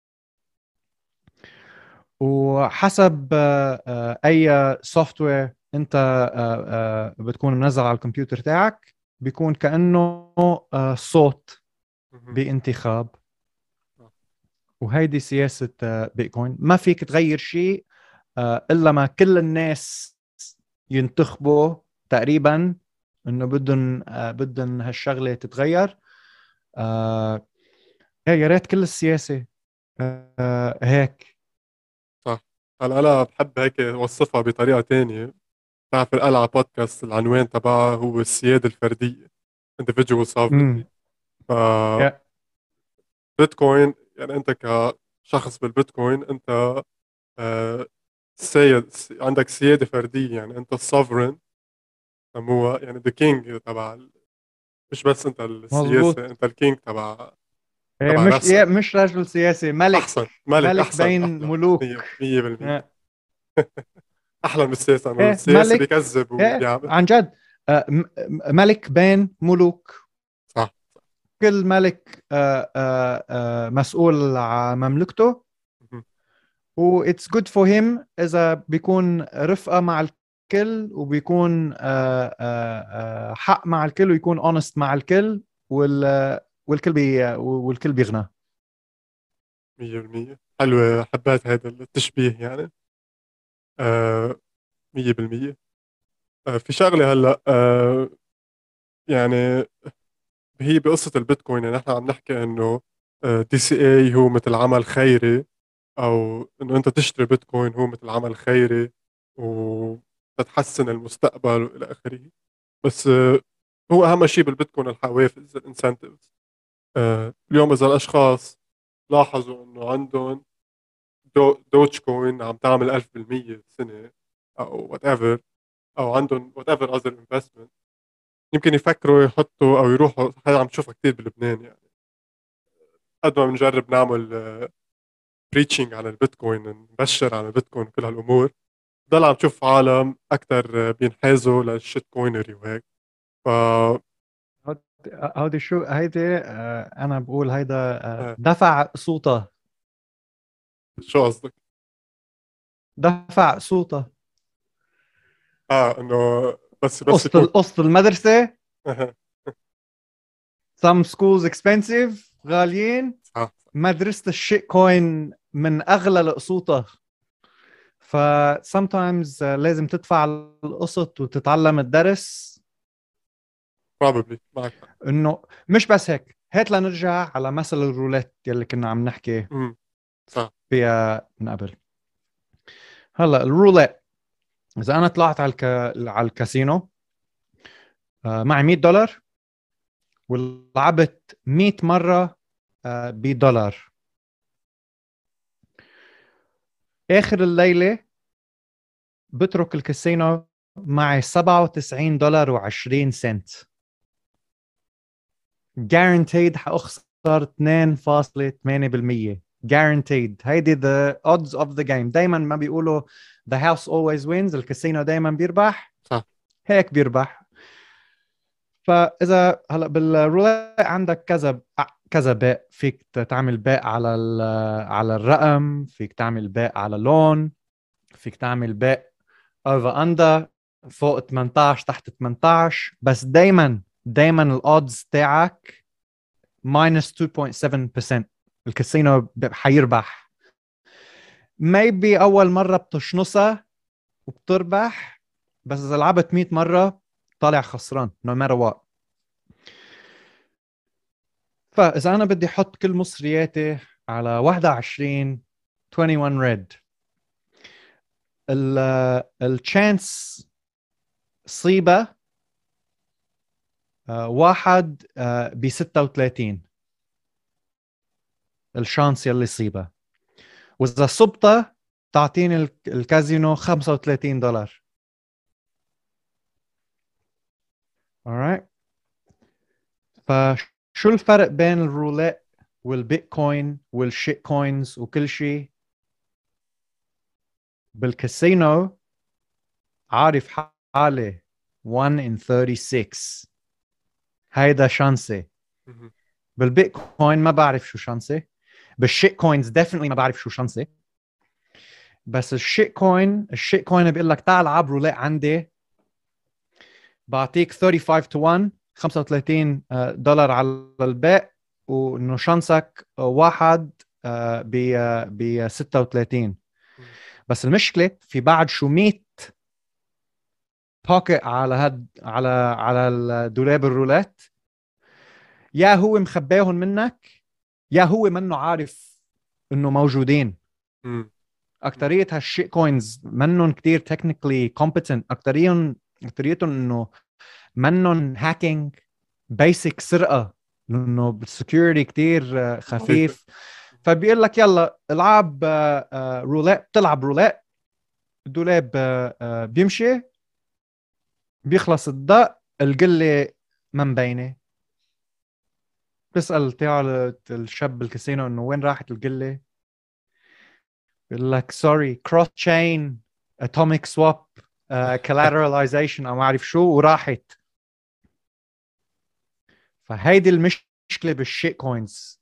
Speaker 1: وحسب آه، آه، اي سوفت وير انت آه، آه، بتكون منزل على الكمبيوتر تاعك، بيكون كأنه آه، صوت
Speaker 2: مهم.
Speaker 1: بانتخاب.
Speaker 2: صح.
Speaker 1: وهيدي سياسة آه، بيتكوين. ما فيك تغير شيء آه، إلا ما كل الناس ينتخبوا تقريبا انه بدهم آه، بدهم هالشغله تتغير. آه إيه، يا ريت كل السياسه آه هيك.
Speaker 2: صح. هلا أنا بحب هيك أوصفها بطريقة تانية. بتعرف القلعة بودكاست العنوان تبعها هو السيادة الفردية، individual sovereignty.
Speaker 1: امم
Speaker 2: ف
Speaker 1: يا
Speaker 2: بيتكوين يعني أنت كشخص بالبيتكوين أنت آه، سيد، عندك سيادة فردية، يعني أنت السوفرين سموها، يعني the king تبع ال- مش بس أنت السياسة،
Speaker 1: مزبوط.
Speaker 2: أنت الكينج تبع
Speaker 1: إيه
Speaker 2: تبع
Speaker 1: مش إيه
Speaker 2: نفسك.
Speaker 1: مش رجل سياسي، ملك.
Speaker 2: أحسن ملك،
Speaker 1: ملك
Speaker 2: أحسن
Speaker 1: بين
Speaker 2: أحلى.
Speaker 1: ملوك.
Speaker 2: مية مية بالمية.
Speaker 1: إيه
Speaker 2: أحلى من السياسة، إنه
Speaker 1: إيه،
Speaker 2: السياسي
Speaker 1: ملك.
Speaker 2: بيكذب
Speaker 1: إيه
Speaker 2: وبيعمل.
Speaker 1: عن جد. آه م- ملك بين ملوك.
Speaker 2: صح.
Speaker 1: كل ملك آه آه آه مسؤول عن مملكته.
Speaker 2: مهم.
Speaker 1: و it's good for him إذا بيكون رفقة مع الكل، وبيكون آه، آه، آه، حق مع الكل، ويكون honest مع الكل. وال والكل بي والكل بيغنى.
Speaker 2: مية بالمية. حلوة، حبيت هذا التشبيه يعني. آه مية بالمية. آه في شغلة هلأ آه يعني هي بقصة البيتكوين، يعني احنا عم نحكي انه دي سي اي هو مثل عمل خيري، او انه انت تشتري بيتكوين هو مثل عمل خيري وتتحسن المستقبل والى اخره. بس آه، هو اهم شيء بالبيتكوين الحوافز، الانسنتيفز. اليوم اذا الاشخاص لاحظوا انه عندهم دو دوتش كوين عم تعمل ألف بالمية بالسنة، او وات ايفر، او عندهم وات ايفر اذر انفستمنت، يمكن يفكروا يحطوا او يروحوا. هذا عم تشوفها كثير بلبنان يعني، قد ما بنجرب نعمل بريتشنج على البيتكوين، نبشر على البيتكوين وكل هالامور، ضل عم تشوف عالم اكثر بينحازوا للشيت كوينري وهيك. ف
Speaker 1: هودي شو هيدي آه، انا بقول هيدا آه،
Speaker 2: آه.
Speaker 1: دفع صوته
Speaker 2: شو قصدك؟
Speaker 1: دفع صوته
Speaker 2: اه انه بس بس
Speaker 1: قسط
Speaker 2: يكون
Speaker 1: قسط المدرسة.
Speaker 2: صح
Speaker 1: some schools expensive غاليين.
Speaker 2: صح.
Speaker 1: مدرسة الشيت كوين من اغلى القسوطة. ف sometimes آه، لازم تدفع القسط وتتعلم الدرس.
Speaker 2: probably معك حق.
Speaker 1: انه مش بس هيك، هات لنرجع على مثل الرولات يلي كنا عم نحكي
Speaker 2: امم صح.
Speaker 1: فيها من قبل. هلا الرولات، اذا انا طلعت على الك... على الكاسينو آه، معي مية دولار ولعبت مية مرة آه، بدولار، اخر الليلة بترك الكاسينو معي سبعة وتسعين دولار و20 سنت. guaranteed حأخسر اثنين فاصلة ثمانية بالمية. guaranteed. هيدي the odds of the game. دايما ما بيقولوا the house always wins، الكاسينو دايما بيربح.
Speaker 2: صح.
Speaker 1: هيك بيربح. فاذا هلا بالرولات عندك كذا كذا باء، فيك تعمل باء على على الرقم، فيك تعمل باء على لون، فيك تعمل باء اوفر اندر فوق ثمانية عشر تحت ثمانية عشر. بس دايما دايما الاودز تاعك ماينس اثنين فاصلة سبعة بالمية. الكاسينو حيربح. ميبي اول مره بتشنصها وبتربح، بس اذا لعبت مية مره طالع خسران no matter what. فاذا انا بدي احط كل مصرياتي على واحد وعشرين واحد وعشرين ريد، التشانس صيبه آه، واحد آه، ب ستة وثلاثين الشانس يلي صيبه. واذا صبته تعطيني الكازينو خمسة وثلاثين دولار. alright. فشو الفرق بين الرولات والبيتكوين والشيت كوينز وكل شيء؟ بالكاسينو عارف حالي واحد in ثلاثة وثلاثين، هيدا شانسي.
Speaker 2: مهم.
Speaker 1: بالبيتكوين ما بعرف شو شانسي. بالشيت كوينز definitely ما بعرف شو شانسي. بس الشيت كوين الشيت كوين بيقول لك تعال العب رولات عندي، بعطيك خمسة وثلاثين to واحد، خمسة وثلاثين دولار على الباء، وانه شانسك واحد ب ب ستة وثلاثين.
Speaker 2: مم.
Speaker 1: بس المشكله في بعد شو مية باكيت على هاد على على الدولاب الرولات، يا هو مخباهم منك يا هو منه عارف انه موجودين.
Speaker 2: مم.
Speaker 1: اكتريه هالشيت كوينز منهم كتير تكنيكلي كومبتنت. اكتريهم اكتريتهم انه منهم هاكينج، بيسك سرقه، لانه بالسكيورتي كتير آه، خفيف. فبيقول لك يلا العب آه، آه، رولات. بتلعب رولات، الدولاب آه، آه، بيمشي، بيخلص الدق، القله ما مبينه. بسأل تاع الشاب بالكاسينو انه وين راحت القله، بيقول لك سوري كروس تشين اتوميك سواب كولاتراليزيشن او ما اعرف شو وراحت. فهيدي المشكله بالشيت كوينز،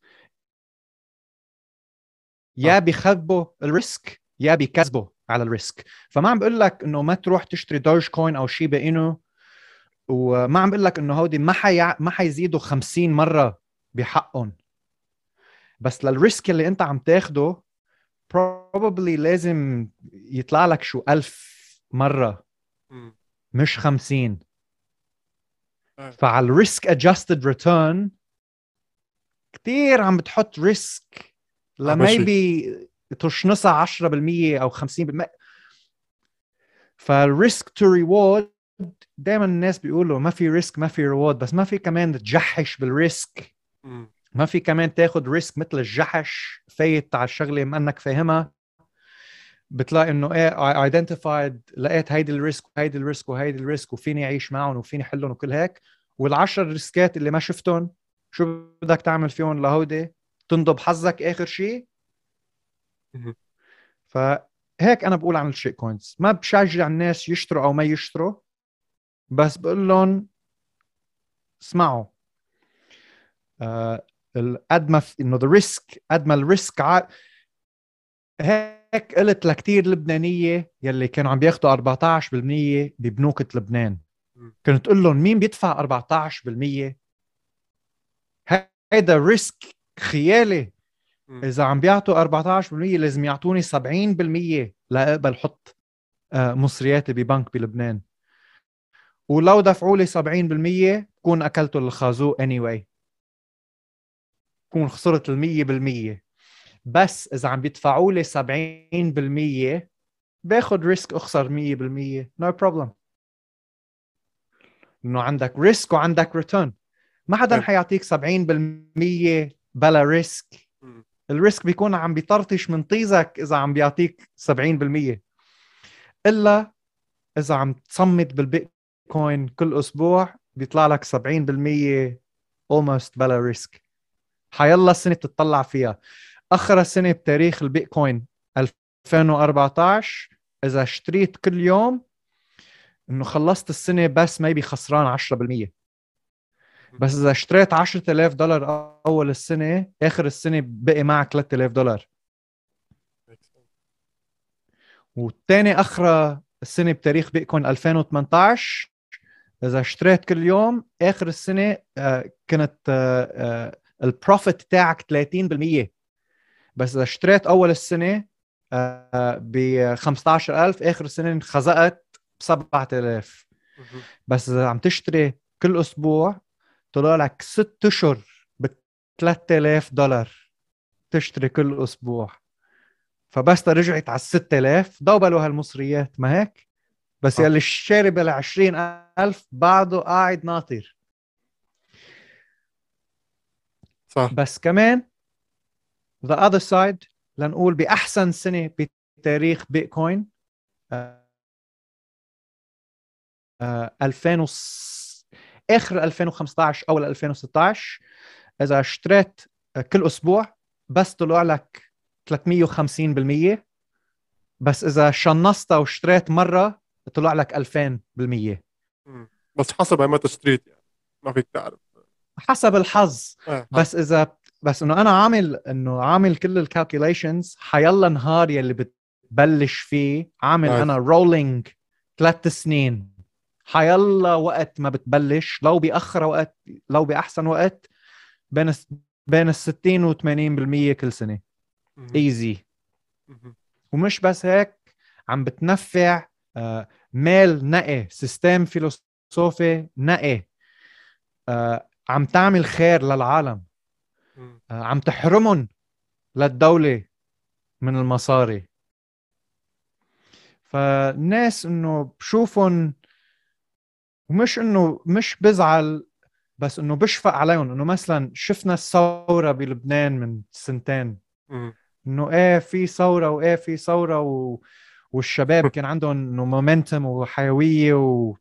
Speaker 1: يا بيخبوا الريسك يا بيكذبوا على الريسك. فما عم بقول لك انه ما تروح تشتري دوج كوين او شيبا انو، وما عم بقول لك انه هودي ما حي... ما حيزيدوا خمسين مره بحقهم. بس للريسك اللي انت عم تاخده probably لازم يطلع لك شو ألف مرة
Speaker 2: مم.
Speaker 1: مش خمسين.
Speaker 2: آه.
Speaker 1: فعلى الريسك adjusted return كتير عم بتحط ريسك لما يبي تشنصها عشرة بالمية أو خمسين بالمية. فالريسك تو ريورد دائما الناس بيقولوا ما في ريسك ما في ريورد، بس ما في كمان تجحش بالريسك.
Speaker 2: مم.
Speaker 1: ما في كمان تاخد ريسك مثل الجحش فايت على الشغله ما انك فاهمها. بتلاقي انه ايه I identified، لقيت هيدي الريسك وهيدي الريسك وهيدي الريسك وفيني اعيش معهم وفيني حلهم وكل هيك، والعشر ريسكات اللي ما شفتهم شو بدك تعمل فيهم لهودي؟ تنضب حظك آخر شيء.
Speaker 2: مهم.
Speaker 1: فهيك أنا بقول عن الشيت كوينز، ما بشجع الناس يشتروا أو ما يشتروا، بس بقول لهم اسمعوا، آه قد ما في- انه ذا ريسك، قد ما الريسك ع... هيك قلت لكتير لبنانيه يلي كانوا عم بياخذوا أربعتعش بالمية ببنوك لبنان،
Speaker 2: مم.
Speaker 1: كنت تقول لهم مين بيدفع أربعتعش بالمية؟ هيدا ريسك خيالي.
Speaker 2: مم.
Speaker 1: اذا عم بيعطوا أربعتعش بالمية لازم يعطوني سبعين بالمية لاقبل حط آه، مصرياتي ببنك بلبنان، ولو دفعوا لي سبعين بالمية بكون اكلته الخازوق anyway، بكون خسرت ال مية بالمية. بس اذا عم بيدفعوا لي سبعين بالمية باخذ ريسك اخسر مية بالمية، نو بروبلم، انه عندك ريسك وعندك ريتيرن. ما حدا
Speaker 2: حلو.
Speaker 1: حيعطيك سبعين بالمية بلا ريسك.
Speaker 2: مم.
Speaker 1: الريسك بيكون عم بيطرطش من طيزك اذا عم بيعطيك سبعين بالمية، الا اذا عم تصمت بالبيتكوين كل اسبوع بيطلع لك سبعين بالمية almost بلا ريسك. حيلا السنه بتطلع فيها، اخر السنه بتاريخ البيتكوين ألفين وأربعتعش، اذا اشتريت كل يوم انه خلصت السنه بس ما يبي خسران عشرة بالمية.
Speaker 2: مهم.
Speaker 1: بس اذا اشتريت عشرة آلاف دولار اول السنه، اخر السنه بقي معك ثلاثة آلاف دولار.
Speaker 2: Makes sense.
Speaker 1: والثاني اخر السنه بتاريخ بيتكوين ألفين وثمانتعش، اذا اشتريت كل يوم اخر السنه آه، كانت البروفيت تاعك ثلاثين بالمية. بس اذا اشتريت اول السنه ب خمستعش ألف، اخر السنه انخزقت ب سبعة آلاف.
Speaker 2: مهم.
Speaker 1: بس اذا عم تشتري كل اسبوع طلع لك ست اشهر ب ثلاثة آلاف دولار تشتري كل اسبوع. فبس رجعت على ست آلاف ضوبلوا هالمصريات، ما هيك؟ بس
Speaker 2: صح.
Speaker 1: يلي الشاري بال عشرين ألف بعده قاعد ناطر.
Speaker 2: صح.
Speaker 1: بس كمان the other side، لنقول بأحسن سنة بتاريخ بيتكوين آه، آه، ألفين وس... آخر ألفين وخمستعش أول ألفين وستعش، إذا اشتريت آه، كل أسبوع بس طلع لك ثلاثمية وخمسين بالمية. بس إذا شنصتها واشتريت مرة طلع لك ألفين بالمية.
Speaker 2: مم. بس حسب ما اشتريت يعني، ما فيك تعرف.
Speaker 1: حسب الحظ.
Speaker 2: اه حسب.
Speaker 1: بس إذا بس إنه أنا عامل إنه عامل كل الكالكوليشنز، حيلا نهار يلي بتبلش فيه عامل
Speaker 2: نايس.
Speaker 1: أنا رولينج ثلاث سنين. حيلا وقت ما بتبلش، لو بأخر وقت لو بأحسن وقت، بين الس- بين ال ستين و ثمانين بالمية كل سنة
Speaker 2: مهم.
Speaker 1: ايزي.
Speaker 2: مهم.
Speaker 1: ومش بس هيك، عم بتنفع آه، مال نقي، سيستم فيلسوفي نقي، آه، عم تعمل خير للعالم،
Speaker 2: مم.
Speaker 1: آه، عم تحرمهم للدولة من المصاري. فالناس انه بشوفهم، ومش انه مش بزعل، بس انه بشفق عليهم. انه مثلا شفنا الثورة بلبنان من سنتين،
Speaker 2: مم.
Speaker 1: انه ايه في ثورة وايه في ثورة و... والشباب كان عندهم انه مومنتم وحيوية و...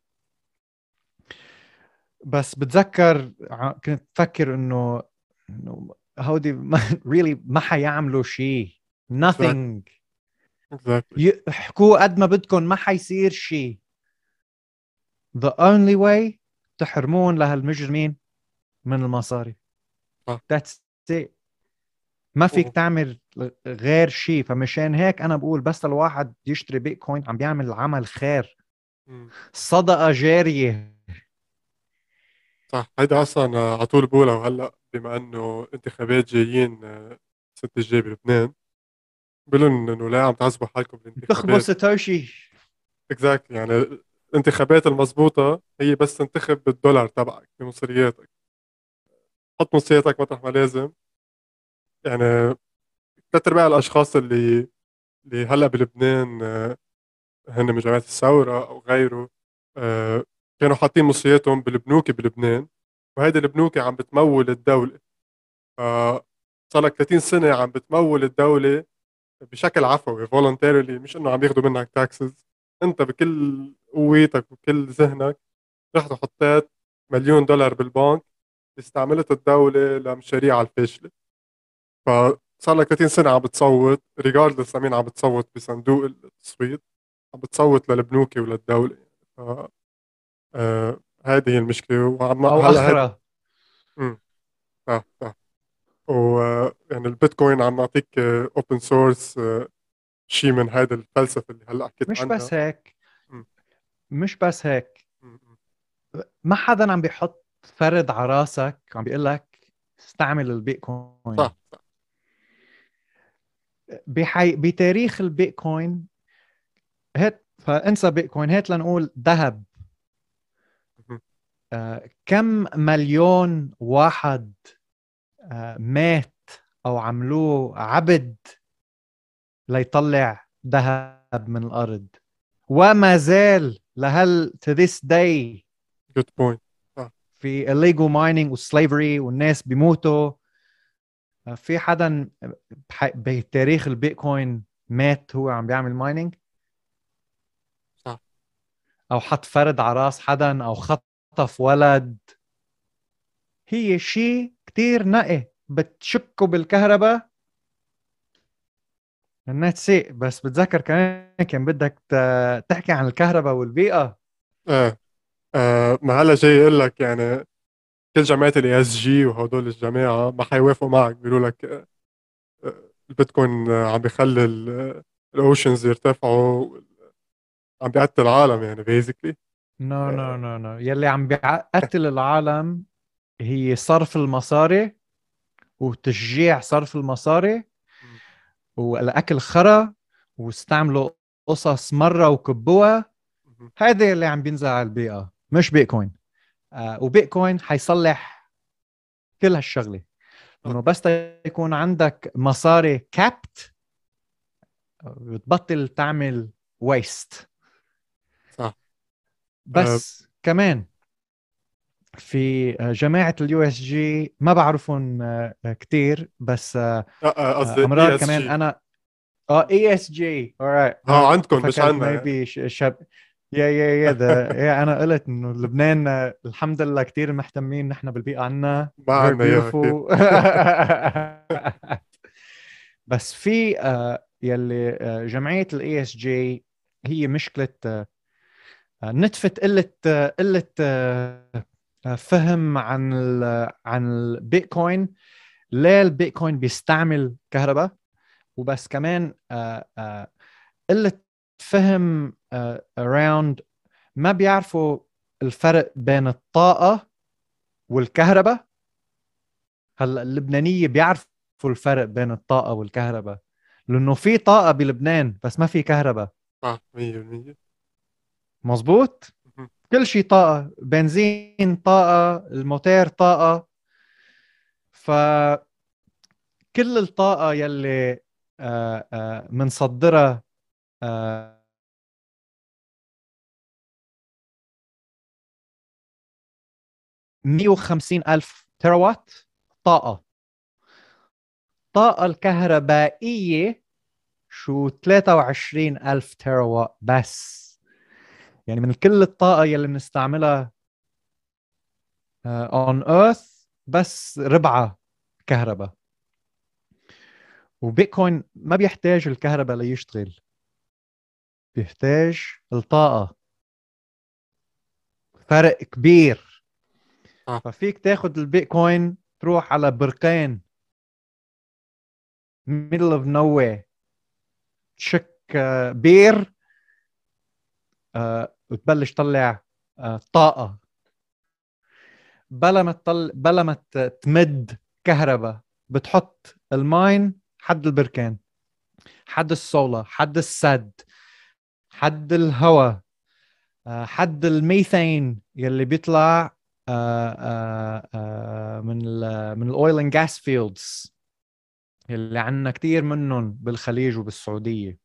Speaker 1: بس بتذكر ع- كنت بفكر انه انه هودي ما really ما حيعملوا شيء.
Speaker 2: exactly.
Speaker 1: nothing.
Speaker 2: exactly.
Speaker 1: يحكوا قد ما بدكم ما حيصير شيء. the only way تحرمون لهالمجرمين من المصاري.
Speaker 2: صح.
Speaker 1: that's it. ما فيك
Speaker 2: و-
Speaker 1: تعمل غير شيء. فمشان هيك انا بقول بس الواحد يشتري بيتكوين عم بيعمل عمل خير،
Speaker 2: مم.
Speaker 1: صدقة جارية.
Speaker 2: صح. هيدا اصلا آه، على طول بقولها. وهلا بما انه انتخابات جايين آه، السنه الجايه بلبنان، بقولوا انه لا عم تعذبوا حالكم
Speaker 1: تخبوا
Speaker 2: بالانتخابات.
Speaker 1: ساتوشي.
Speaker 2: اكزاكتلي. يعني الانتخابات المضبوطه هي بس تنتخب بالدولار تبعك بمصرياتك. حط مصرياتك مطرح ما لازم. يعني ثلاث ارباع الاشخاص اللي اللي هلا بلبنان آه، هن من جماعه الثوره او غيره، آه، كانوا حاطين مصرياتهم بالبنوك بلبنان. وهيدي البنوك عم بتمول الدوله. ف صار لك ثلاثين سنه عم بتمول الدوله بشكل عفوي voluntarily، مش انه عم ياخذوا منك تاكسز. انت بكل قوتك وكل ذهنك رحت وحطيت مليون دولار بالبنك استعملت الدولة لمشاريع الفاشلة. فصار لك ثلاثين سنة عم بتصوت ريجاردلس لمين عم بتصوت بصندوق التصويت، عم بتصوت للبنوك وللدولة. ف آه هذه هي المشكلة. وعم
Speaker 1: او
Speaker 2: هلا هذا
Speaker 1: اخرى.
Speaker 2: امم صح صح. و يعني البيتكوين عم نعطيك اوبن سورس، شيء من هذا الفلسفة اللي هلا حكيت
Speaker 1: مش
Speaker 2: عنها.
Speaker 1: بس هيك،
Speaker 2: مم.
Speaker 1: مش بس هيك،
Speaker 2: مم. مم.
Speaker 1: ما حدا عم بيحط فرد على راسك عم بيقول لك استعمل البيتكوين.
Speaker 2: صح صح.
Speaker 1: بحي... بتاريخ البيتكوين، هات فانسى بيتكوين، هات لنقول ذهب.
Speaker 2: مم.
Speaker 1: آه كم مليون واحد آه مات او عملوه عبد ليطلع ذهب من الارض، وما زال لهل to this day
Speaker 2: جود بوينت. صح
Speaker 1: في illegal mining وسليفري والناس بيموتوا. آه، في حدا بح- بتاريخ البيتكوين مات هو عم بيعمل مايننج،
Speaker 2: صح.
Speaker 1: او حط فرد على راس حدا، او خطف ولد؟ هي شيء كتير نقي، بتشكه بالكهرباء النت سي. بس بتذكر كمان كان بدك ت- تحكي عن الكهرباء والبيئة.
Speaker 2: آه. آه. ما هلا جاي يقول لك يعني كل جماعات الاي اس جي وهدول الجماعة ما حيوافقوا معك، بيقولوا لك آه، آه، البيتكوين آه، عم بيخلي الاوشنز يرتفعوا، عم بيقتل العالم يعني بيزيكلي.
Speaker 1: نو نو نو نو، يلي عم بيقتل العالم هي صرف المصاري وتشجيع صرف المصاري والاكل خرا، واستعملوا قصص مره وكبوها. هذا اللي عم بينزع البيئه، مش بيتكوين. آه وبيتكوين حيصلح كل هالشغله، انه
Speaker 2: اوكي.
Speaker 1: بس يكون عندك مصاري كابت بتبطل تعمل ويست.
Speaker 2: صح. آه.
Speaker 1: بس كمان في آه، جماعه اليو اس جي ما بعرفهم كثير، بس آه،
Speaker 2: آه، آه، قصدي
Speaker 1: آه، امرار
Speaker 2: اي اس
Speaker 1: كمان
Speaker 2: جي.
Speaker 1: انا. اه اي اس جي alright.
Speaker 2: ها
Speaker 1: انا
Speaker 2: عندكم مش
Speaker 1: فكرت
Speaker 2: عندنا
Speaker 1: ما
Speaker 2: يعني.
Speaker 1: بي شاب. يا يا يا ده يا انا قلت انه لبنان آه، الحمد لله كثير مهتمين نحن بالبيئه عنا.
Speaker 2: ما
Speaker 1: very
Speaker 2: عندنا اياها اكيد.
Speaker 1: beautiful. بس في آه، يلي آه، جمعيه الاي اس جي هي مشكله آه، نتفت قله آه، قله آه، آه، فهم عن ال- عن البيتكوين. ليه البيتكوين بيستعمل كهرباء؟ وبس كمان آه، آه، قلة فهم آه، around، ما بيعرفوا الفرق بين الطاقة والكهرباء. هلا اللبنانية بيعرفوا الفرق بين الطاقة والكهرباء، لأنه في طاقة بلبنان بس ما في كهرباء.
Speaker 2: صح مية بالمية.
Speaker 1: مزبوط. كل شيء طاقة، بنزين طاقة، الموتور طاقة. فكل الطاقة يلي آه، آه، منصدرها آه، مية وخمسين ألف تيراوات طاقة. الطاقة الكهربائية شو ثلاثة وعشرين ألف تيراوات بس. يعني من كل الطاقة يلي بنستعملها uh, on earth بس ربعها كهرباء. وبيتكوين ما بيحتاج الكهرباء ليشتغل، بيحتاج الطاقة. فرق كبير.
Speaker 2: صح.
Speaker 1: ففيك تاخد البيتكوين تروح على برقين middle of nowhere، تشك uh, بير uh, وتبلش تطلع uh, طاقة. بلا ما تطل بلا ما ت- تمد كهرباء، بتحط الماين حد البركان، حد الصولة، حد السد، حد الهواء، آه، حد الميثين يلي بيطلع آه، آه، آه، من ال من الاويل اند جاس فيلدز اللي عندنا كثير منهم بالخليج وبالسعودية.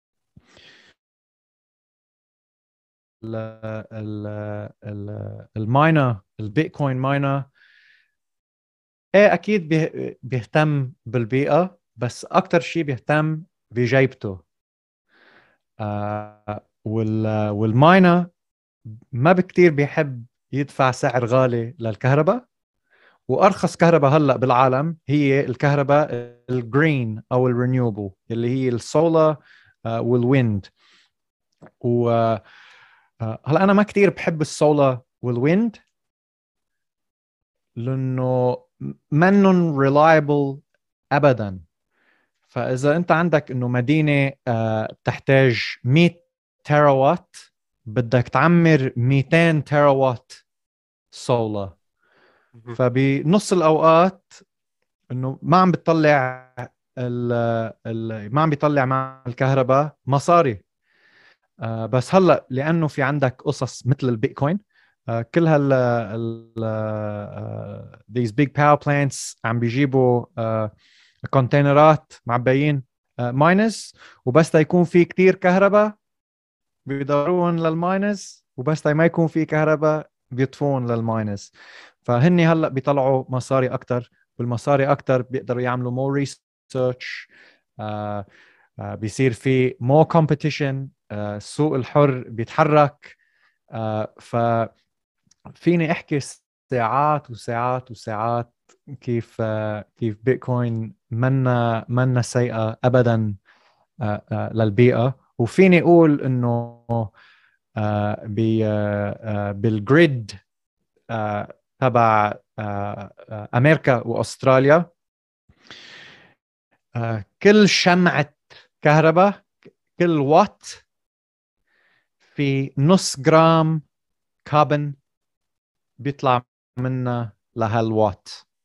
Speaker 1: ال ال ال الماينر البيتكوين ماينر ايه اكيد بيه- بيهتم بالبيئة، بس اكثر شيء بيهتم بجيبته. آه وال والماينر ما بكتير بيحب يدفع سعر غالي للكهرباء، وارخص كهرباء هلا بالعالم هي الكهرباء الجرين او الرينيوبل اللي هي السولار والويند. وهلا انا ما كتير بحب السولار والويند لانه منن ريلايبل ابدا. فاذا انت عندك انه مدينه آه، تحتاج مية تيرا وات، بدك تعمر مئتين تيرا وات سولار.
Speaker 2: مهم.
Speaker 1: فبنص الاوقات انه ما عم بتطلع ال ال ما عم بيطلع مع الكهرباء مصاري. آه، بس هلا لانه في عندك قصص مثل البيتكوين، آه، كل هال ال آه، these big power plants عم بيجيبوا آه، كونتينرات معبيين ماينز، وبس يكون في كتير كهرباء بيدوروهم للماينز، وبس ما يكون في كهرباء بيطفون للماينز. فهني هلا بيطلعوا مصاري اكثر، والمصاري اكثر بيقدروا يعملوا مور ريسيرش، بيصير في مور كومبيتيشن، السوق الحر بيتحرك. آه، ففيني احكي ساعات وساعات وساعات كيف آه، كيف بيتكوين منا منا سيئة ابدا آه، آه، للبيئة. وفيني اقول انه آه، بي- آه، آه، بالجريد آه، تبع آه، آه، امريكا واستراليا، آه، كل شمعة كهرباء، كل وات في نص جرام كاربون بيطلع منها لهالوات.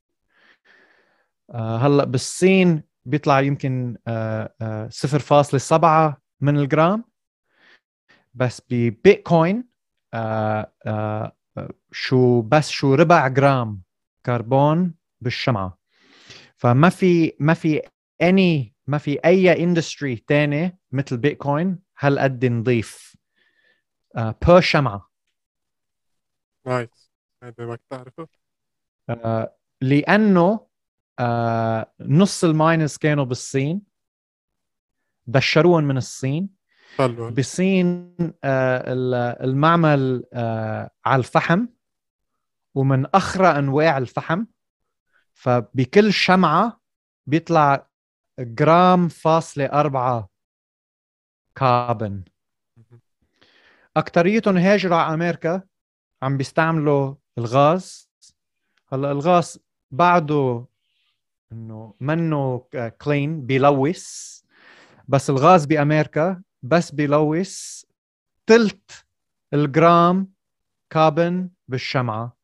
Speaker 1: آه، هلا بالصين بيطلع يمكن آه، آه، صفر فاصلة سبعة من الجرام، بس ببيتكوين آه، آه، آه، شو بس شو ربع جرام كربون بالشمعة. فما في ما في اني ما في اي اندستري تاني مثل بيتكوين هالقد نظيف بير شمعة.
Speaker 2: نايس، هذا ما كنت أعرفه.
Speaker 1: آه، لانه آه، نص الماينز كانوا بالصين، دشروهم من الصين.
Speaker 2: خلوا هلا.
Speaker 1: بالصين آه، ال- المعمل آه، على الفحم، ومن أخرى أنواع الفحم. فبكل شمعة بيطلع جرام فاصلة أربعة كاربون.
Speaker 2: مهم.
Speaker 1: أكتريتهم هاجروا على أمريكا، عم بيستعملوا الغاز. هلا الغاز بعده انه منه كلين، بيلوث. بس الغاز بأمريكا بس بيلوث تلت الجرام كاربون بالشمعة.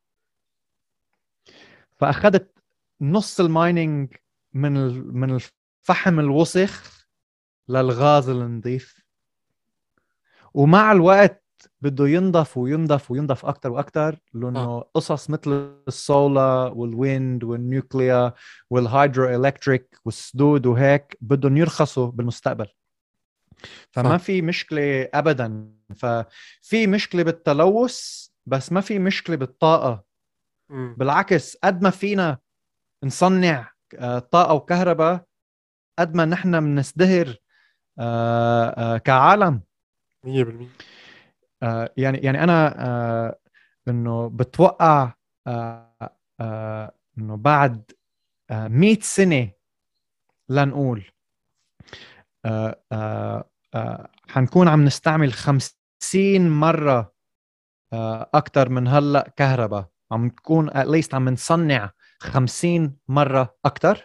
Speaker 1: فأخذت نص المايننج من ال- من الفحم الوسخ للغاز النظيف. ومع الوقت بده ينضف وينضف وينضف أكتر وأكتر،
Speaker 2: آه
Speaker 1: لأنه قصص مثل السولار والويند والنيوكليا والهيدرو إلكتريك والسدود وهيك بدهم يرخصوا بالمستقبل. فما
Speaker 2: صح.
Speaker 1: في مشكلة أبدا. ففي مشكلة بالتلوث بس ما في مشكلة بالطاقة.
Speaker 2: امم
Speaker 1: بالعكس، قد ما فينا نصنع آه، طاقة وكهرباء، قد ما نحن بنزدهر آه، آه، كعالم.
Speaker 2: مية بالمية.
Speaker 1: آه، يعني يعني أنا آه، إنه بتوقع آه، آه، إنه بعد آه، مئة سنة لنقول آه، آه، آه، حنكون عم نستعمل خمسين مرة آه، أكتر من هلأ كهرباء. عم تكون at least عم نصنع خمسين مرة أكتر،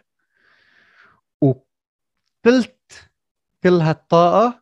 Speaker 1: وثلث كل هالطاقة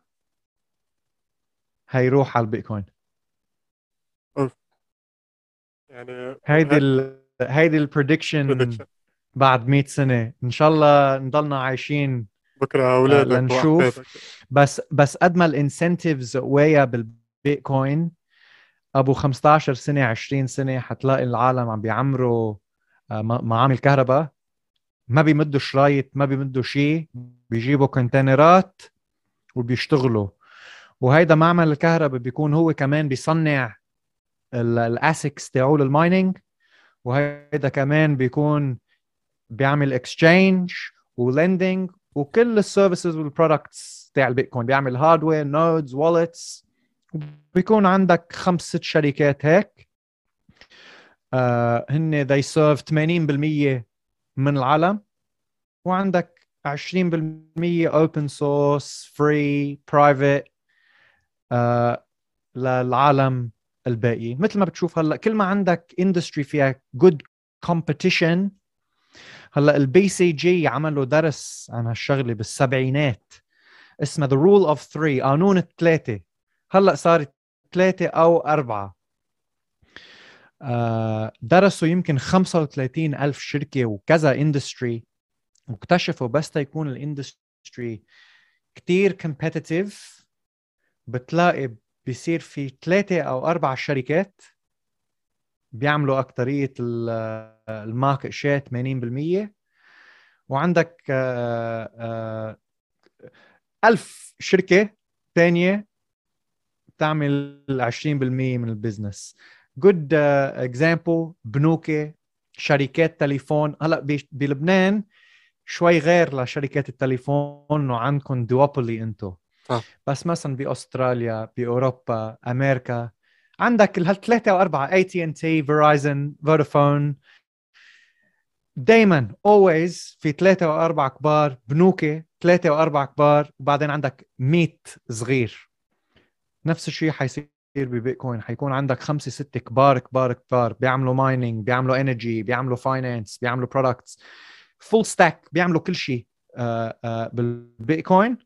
Speaker 1: هيروح على البيتكوين.
Speaker 2: أوف. يعني
Speaker 1: هيدي ال هيدي البريدكشن
Speaker 2: بريدكشن.
Speaker 1: بعد مئة سنة إن شاء الله نضلنا عايشين
Speaker 2: بكرة
Speaker 1: آه،
Speaker 2: أولادك
Speaker 1: لنشوف.
Speaker 2: وأحفادك.
Speaker 1: بس بس قد ما الانسنتيفز قوية بالبيتكوين، أبو خمستاشر سنة عشرين سنة حتلاقي العالم عم بيعمروا آه، م- معامل كهرباء، ما بيمدوا شرايط، ما بيمدوا شيء، بيجيبوا كونتينرات وبيشتغلوا. وهيدا معمل الكهرباء بيكون هو كمان بيصنع الاسكس تاعول المايننج، وهيدا كمان بيكون بيعمل اكسشينج ولندنج وكل السيرفيسز والبرودكتس تاع البيتكوين. بيعمل هاردوير، نودز، والتس. بيكون عندك خمس ست شركات هيك آه هن they serve ثمانين بالمية من العالم، وعندك عشرين بالمية open source free private آه للعالم الباقي. مثل ما بتشوف هلا كل ما عندك industry فيها good competition. هلا البي سي جي عملوا درس عن هالشغله بالسبعينات اسمه the rule of three، قانون الثلاثه. هلا صارت ثلاثه او اربعه. آه درسوا يمكن خمسة وثلاثين ألف شركه وكذا industry، واكتشفوا بس تيكون الاندستري كتير competitive بتلاقي بيصير في ثلاثة أو أربع شركات بيعملوا أكترية الماركت شير ثمانين بالمية، وعندك آه، آه، ألف شركة تانية بتعمل عشرين بالمية من البزنس. good uh, example بنوك، شركات تليفون. هلا ب- بلبنان شوي غير لشركات التليفون، انه عندكم دوبولي انتو.
Speaker 2: صح.
Speaker 1: بس مثلا باستراليا، باوروبا، امريكا، عندك هالثلاثه او اربعه: اي تي ان تي، فيرايزن، فودافون. دائما always في ثلاثه او اربعه كبار، بنوك ثلاثه او اربعه كبار، وبعدين عندك مية صغير. نفس الشيء حيصير ببيتكوين، حيكون عندك خمسه سته كبار كبار كبار بيعملوا مايننج، بيعملوا انرجي، بيعملوا فاينانس، بيعملوا برودكتس، فول ستاك، بيعملوا كل شيء آه، آه، بالبيتكوين.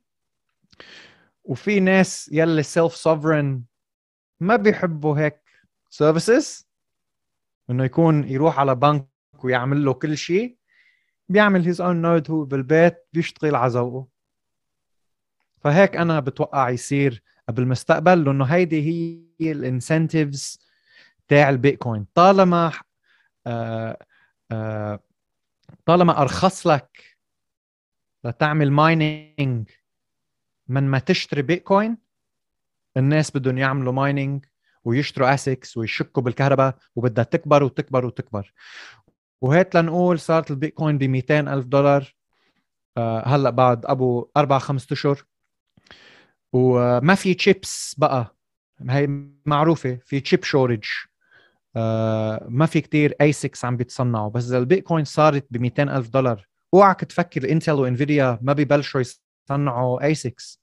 Speaker 1: وفي ناس يلي سيلف سوفرين ما بيحبوا هيك سيرفيسز، انه يكون يروح على بنك ويعمل له كل شيء. بيعمل هيز اون نود هو بالبيت، بيشتغل على ذوقه. فهيك انا بتوقع يصير بالمستقبل، لانه هيدي هي الانسنتيفز تاع البيتكوين. طالما آه آه طالما ارخص لك لتعمل مايننج من ما تشتري بيتكوين، الناس بدهم يعملوا مايننج ويشتروا اسكس ويشكوا بالكهرباء، وبدها تكبر وتكبر وتكبر. وهيك لنقول صارت البيتكوين ب مئتين ألف دولار آه هلا بعد ابو اربع خمس اشهر، وما في تشيبس بقى. هي معروفه في تشيب شورج. آه ما في كتير اي ستة عم بيتصنعوا. بس اذا البيتكوين صارت ب مئتين ألف دولار، اوعك تفكر انتل وانفيديا ما ببلشوا يصنعوا اي ستة.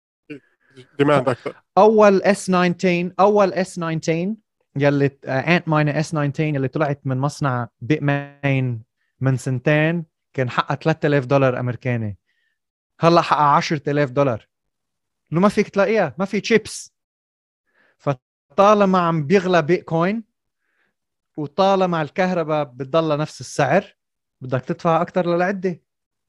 Speaker 2: ديماند اكثر.
Speaker 1: اول اس تسعتاشر اول اس تسعتاشر يلي انت ماينر اس تسعتاشر اللي طلعت من مصنع بيتمين من سنتين، كان حقها ثلاثة آلاف دولار امريكاني. هلا حقها عشرة آلاف دولار. لو ما فيك تلاقيها، ما في تشيبس. فطالما عم بيغلى بيتكوين، وطالما الكهرباء بتضل نفس السعر، بدك تدفع اكثر للعده.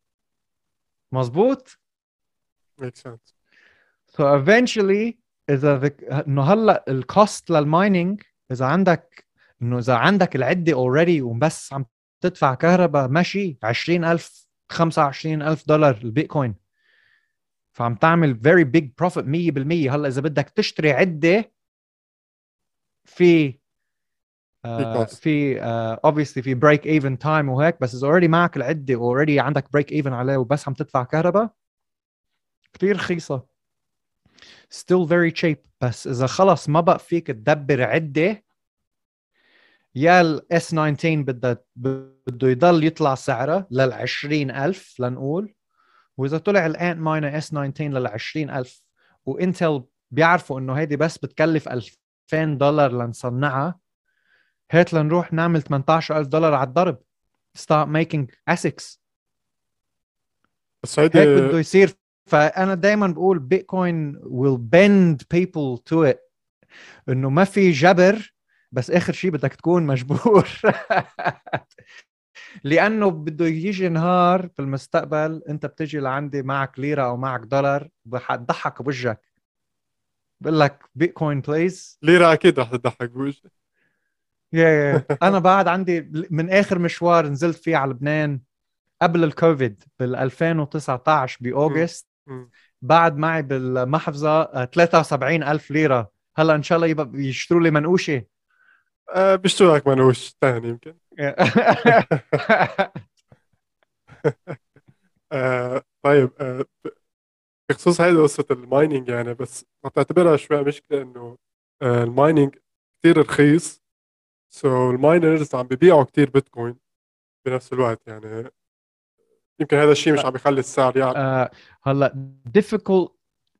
Speaker 1: مزبوط.
Speaker 2: ميك سنس.
Speaker 1: so eventually اذا ذك... انه هلا الكوست للمايننج، اذا عندك انه اذا عندك العده اوريدي وبس عم تدفع كهرباء، ماشي عشرين ألف خمسة وعشرين ألف دولار البيتكوين، فعم تعمل very big profit مية بالمية. هلا اذا بدك تشتري عده، في
Speaker 2: في
Speaker 1: آه
Speaker 2: كوست.
Speaker 1: في آه obviously في break even time وهيك. بس اذا already معك العده already عندك break even عليه وبس عم تدفع كهرباء، كثير رخيصه. still very cheap. بس اذا خلص ما بقى فيك تدبر عده، يا الاس تسعتاشر بده بده يضل يطلع سعره لل عشرين ألف لنقول. واذا طلع الانت ماينر اس تسعتاشر لل عشرين ألف، وانتل بيعرفوا انه هيدي بس بتكلف ألفين دولار لنصنعها، هات لنروح نعمل ثمانية عشر ألف دولار على الضرب. start making اسكس.
Speaker 2: بس هيدي
Speaker 1: هيك بده يصير. فانا دائما بقول بيتكوين will bend people to it، انه ما في جبر، بس اخر شيء بدك تكون مجبور. لانه بده يجي نهار في المستقبل انت بتجي لعندي معك ليره او معك دولار، بحضحك بوجهك، بقول لك بيتكوين بليز.
Speaker 2: ليرة اكيد رح تضحك بوجهي.
Speaker 1: يا يا انا بعد عندي من اخر مشوار نزلت فيه على لبنان قبل الكوفيد بال ألفين وتسعة عشر
Speaker 2: مم.
Speaker 1: باوغست،
Speaker 2: مم.
Speaker 1: بعد معي بالمحفظه آه، ثلاثة وسبعين ألف ليره. هلا ان شاء الله يبقى يشتروا لي منقوشه.
Speaker 2: آه بيشتروا لك منوش ثاني يمكن. آه طيب، آه بخصوص هذه قصة المايننج يعني، بس ما تعتبرها شوي مشكلة إنه آه المايننج كثير رخيص، سو الماينرز عم بيبيعوا كتير بيتكوين بنفس الوقت، يعني يمكن هذا الشيء مش عم بيخلي السعر يعلى.
Speaker 1: آه هلا difficult.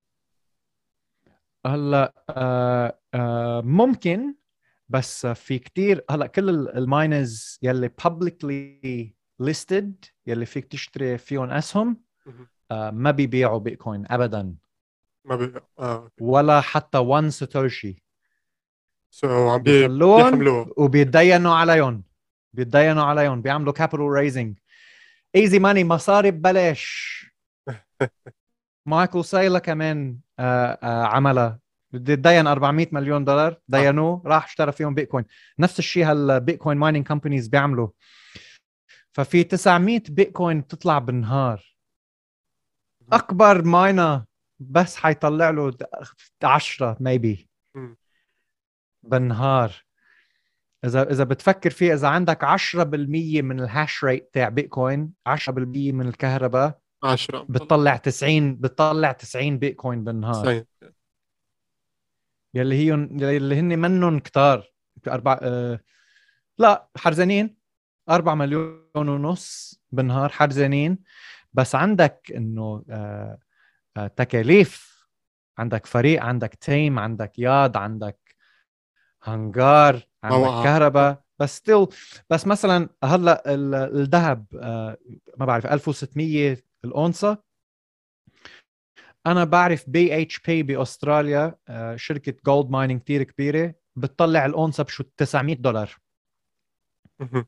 Speaker 1: هلا آه آه ممكن، بس في كتير هلا كل الماينرز يلي publicly listed يلي فيك تشتري فيهم اسهم
Speaker 2: مهم.
Speaker 1: آه ما بيبيعوا بيتكوين ابدا،
Speaker 2: ما بيبيعوا اه اوكي.
Speaker 1: ولا حتى one ساتوشي.
Speaker 2: سو عم بي...
Speaker 1: بيخلوهم
Speaker 2: بيحملوها.
Speaker 1: وبيتدينوا عليهم، بيتدينوا عليهم بيعملوا كابيتال ريزنج، ايزي ماني، مصاري ببلاش. مايكل سايلا كمان آه آه عملها، بده يتدين أربعمية مليون دولار،
Speaker 2: صح.
Speaker 1: دينوه راح اشترى فيهم بيتكوين. نفس الشيء هالبيتكوين مايننج كومبانيز بيعملوا. ففي تسعمية بيتكوين بتطلع بالنهار،
Speaker 2: مهم.
Speaker 1: اكبر ماينر بس حيطلع له عشرة ميبي
Speaker 2: مم.
Speaker 1: بالنهار. اذا اذا بتفكر فيه، اذا عندك عشرة بالمية من الهاش ريت تاع بيتكوين، عشرة بالمية من الكهرباء،
Speaker 2: عشرة عم بطلع.
Speaker 1: بتطلع تسعين بتطلع تسعين بيتكوين بالنهار.
Speaker 2: تسعين.
Speaker 1: يلي هي اللي هن منهم كتار. أربع أه لا حرزانين، أربعة مليون ونص بالنهار حرزانين. بس عندك إنه أه أه تكاليف، عندك فريق، عندك تيم، عندك ياد، عندك هنجار، عندك
Speaker 2: موقع.
Speaker 1: كهرباء. بس ستيل، بس مثلا هلا ال- الذهب أه ما بعرف ألف وستمية الأونصة. انا بعرف بي اتش بي باستراليا، آه، شركه جولد مايننج كثير كبيره، بتطلع الاونصه بشو تسعمية دولار.
Speaker 2: مهم.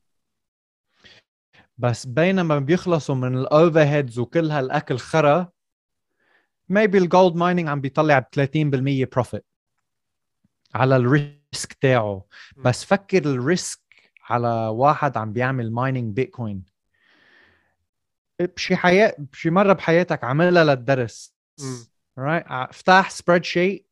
Speaker 1: بس بينما بيخلصوا من الاوفر هيدز وكل هالاكل خرا، ميبي الجولد مايننج عم بيطلع ب ثلاثين بالمية بروفيت على الريسك تاعه.
Speaker 2: مم.
Speaker 1: بس فكر الريسك على واحد عم بيعمل مايننج بيتكوين. بشي حياة بشي مرة بحياتك عملها للدرس،
Speaker 2: مم.
Speaker 1: right؟ افتح سبريد شيت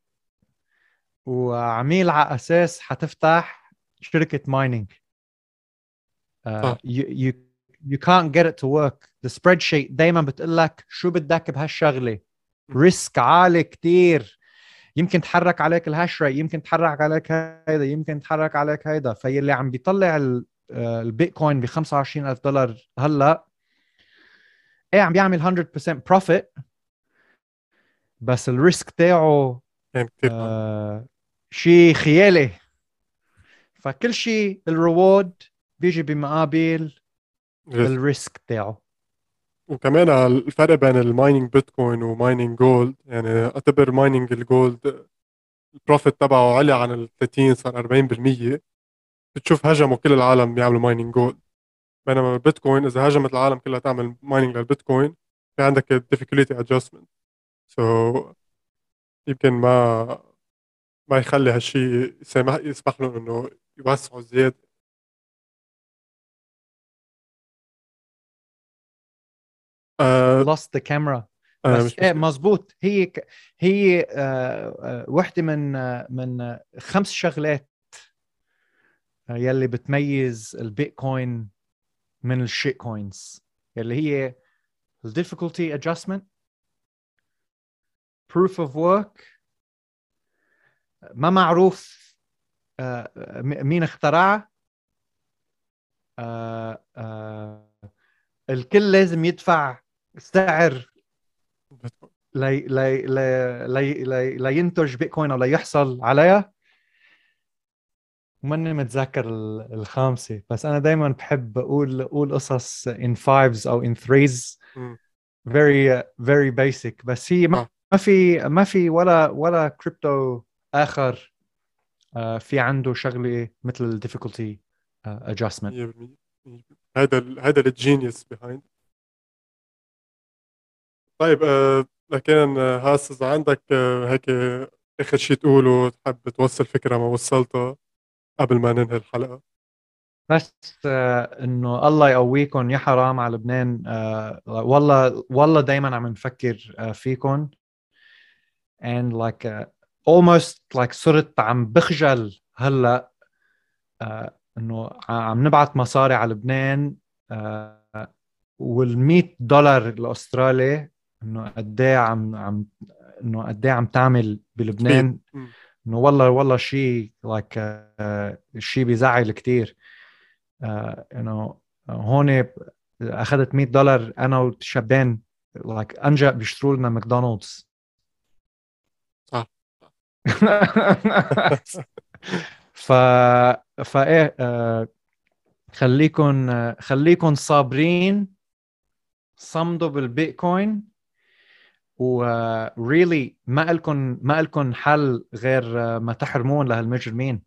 Speaker 1: وعميل على اساس حتفتح شركة مايننج. uh,
Speaker 2: صح.
Speaker 1: you you you can't get it to work. the spreadsheet دايما بتقول لك شو بدك بهالشغله،
Speaker 2: مهم.
Speaker 1: ريسك عالي كتير. يمكن تحرك عليك الهاش ريت، يمكن تحرك عليك هيدا، يمكن تحرك عليك هيدا. فيلي عم بيطلع ال- آه، البيتكوين ب خمسة وعشرين ألف دولار هلا، ايه عم بيعمل مية بالمية بروفيت، بس الريسك تاعه
Speaker 2: كان كتير عالي.
Speaker 1: آه شيء خيالي. فكل شيء الريورد بيجي بمقابل
Speaker 2: ريسك.
Speaker 1: الريسك تاعه.
Speaker 2: وكمان الفرق بين المايننج بيتكوين ومايننج جولد، يعني اعتبر مايننج الجولد البروفيت تبعه علي عن ال ثلاثين، صار أربعين بالمية. بتشوف هجموا كل العالم يعملوا مايننج جولد. بينما البيتكوين اذا هجمت العالم كلها تعمل مايننج للبيتكوين، في عندك difficulty adjustment. سو so, يمكن ما ما يخلي هالشيء يسمح يسمح لهم انه يوسعوا زياده. آه
Speaker 1: lost the camera.
Speaker 2: آه
Speaker 1: بس
Speaker 2: مش
Speaker 1: ايه
Speaker 2: مشكله.
Speaker 1: مزبوط. هي ك... هي آه آه وحده من آه من آه خمس شغلات آه يلي بتميز البيتكوين من الشيت كوينز، يلي هي ال difficulty adjustment، proof of work، ما معروف آه م- مين اخترعها، آه آه الكل لازم يدفع سعر
Speaker 2: البيتكوين.
Speaker 1: لي لي لي لي لي لينتج بيتكوين او ليحصل عليها. ماني متذكر ال- الخامسة، بس أنا دايما بحب أقول أقول قصص in fives أو in threes.
Speaker 2: مم.
Speaker 1: very very basic. بس هي ما
Speaker 2: اه
Speaker 1: ما في ما في ولا ولا كريبتو آخر آه، في عنده شغلة مثل ال difficulty آه، adjustment.
Speaker 2: مية بالمية. هذا ال هذا الجينيوس بيهايند. طيب آه لكن آه، هاس اذا عندك آه هيك اخر شيء تقوله، تحب توصل فكره ما وصلتها قبل ما ننهي الحلقه.
Speaker 1: بس آه، إنه الله يقويكم يا حرام على لبنان. آه، والله والله دايما عم نفكر آه، فيكم. and like uh, almost like صرت عم بخجل هلا آه انه عم نبعت مصاري على لبنان. آه وال100 دولار الاسترالي انه قد ايه عم عم انه قد ايه عم تعمل
Speaker 2: بتفيد.
Speaker 1: بلبنان.
Speaker 2: مم.
Speaker 1: انه والله والله شيء لايك شيء بيزعل كثير. انه هون اخذت مية دولار انا وشابين لايك انجا بيشتروا لنا ماكدونالدز.
Speaker 2: صح.
Speaker 1: ف فايه آه، خليكن آه، خليكن صابرين، صمدوا بالبيتكوين، و ريلي ما لكم ما لكم حل غير آه، ما تحرمون لهالمجرمين.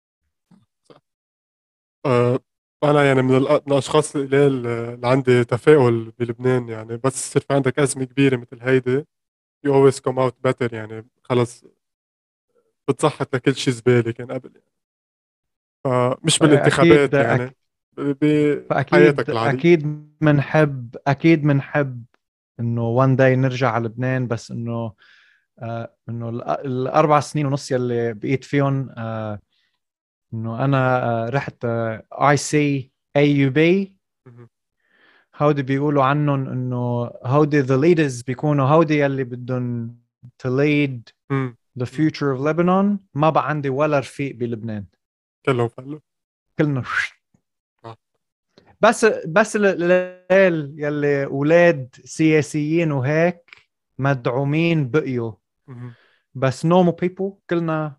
Speaker 2: آه، أنا يعني من الأ- من الأشخاص القليل اللي عندي تفاؤل بلبنان، يعني بس يصير في عندك أزمة كبيرة مثل هيدي you always come out better، يعني خلص بتصحت لكل شيء زبالة كان قبل يعني. فمش
Speaker 1: اكيد
Speaker 2: بالانتخابات
Speaker 1: أك...
Speaker 2: يعني، ب-
Speaker 1: فاكيد
Speaker 2: بحياتك العادية.
Speaker 1: اكيد بنحب اكيد بنحب انه وان داي نرجع على لبنان، بس انه آه انه الأ- الاربع سنين ونص يلي بقيت فيهم آه انه انا آه رحت اي سي ايوبي.
Speaker 2: مهم.
Speaker 1: هودي بيقولوا عنهم انه هودي the leaders، بيكونوا هودي يلي بدهم to lead
Speaker 2: مم.
Speaker 1: the
Speaker 2: مم.
Speaker 1: future of Lebanon. ما بقى عندي ولا رفيق بلبنان،
Speaker 2: كلهم فلوا.
Speaker 1: كلنا
Speaker 2: آه.
Speaker 1: بس بس القليل يلي اولاد سياسيين وهيك مدعومين بقيوا،
Speaker 2: مهم.
Speaker 1: بس normal people كلنا.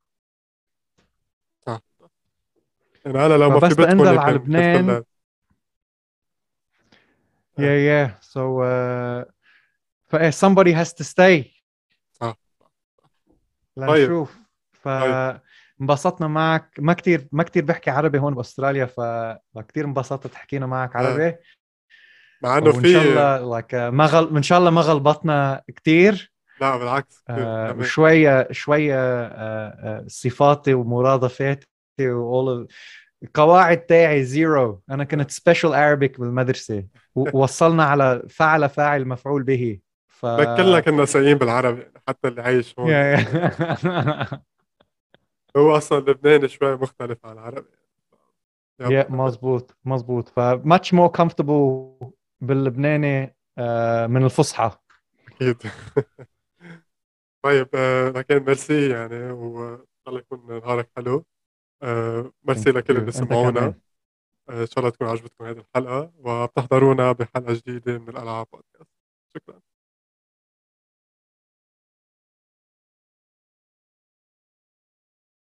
Speaker 2: صح. يعني أنا لو ما في
Speaker 1: فبس
Speaker 2: بيتكوين
Speaker 1: بنزل على
Speaker 2: كان كنت
Speaker 1: لبنان.
Speaker 2: فلات.
Speaker 1: يا يا so uh, ف somebody has to stay
Speaker 2: صح. طيب.
Speaker 1: لنشوف.
Speaker 2: طيب.
Speaker 1: فانبسطنا معك، ما كتير ما كتير بحكي عربي هون باستراليا، فكتير انبسطت حكينا معك
Speaker 2: لا،
Speaker 1: عربي.
Speaker 2: مع إنه
Speaker 1: وان
Speaker 2: في.
Speaker 1: شاء الله like ما غل... ان شاء الله ما غلبطنا كتير.
Speaker 2: لا بالعكس كثير
Speaker 1: آه
Speaker 2: تمام.
Speaker 1: وشوية شوية آه آه صفاتي ومرادفاتي و القواعد تاعي زيرو. انا كنت سبيشال Arabic بالمدرسة، ووصلنا على فعل فاعل مفعول به. ف
Speaker 2: لك كلنا كنا سيئين بالعربي يعني، حتى اللي عايش هون
Speaker 1: يا
Speaker 2: يعني.
Speaker 1: يا
Speaker 2: هو أصلا لبناني شوي مختلف عن العربي يعني.
Speaker 1: يا مزبوط مزبوط. ف much more comfortable باللبناني آه من الفصحى.
Speaker 2: أكيد. طيب، آه، لكن ميرسي يعني، وإن شاء الله يكون نهارك حلو. آه،
Speaker 1: Thank
Speaker 2: ميرسي لكل اللي
Speaker 1: you. انت
Speaker 2: سمعونا.
Speaker 1: كمان.
Speaker 2: آه، إن شاء الله تكون عجبتكم هذه الحلقة، وبتحضرونا بحلقة جديدة من الألعاب بودكاست. شكرا.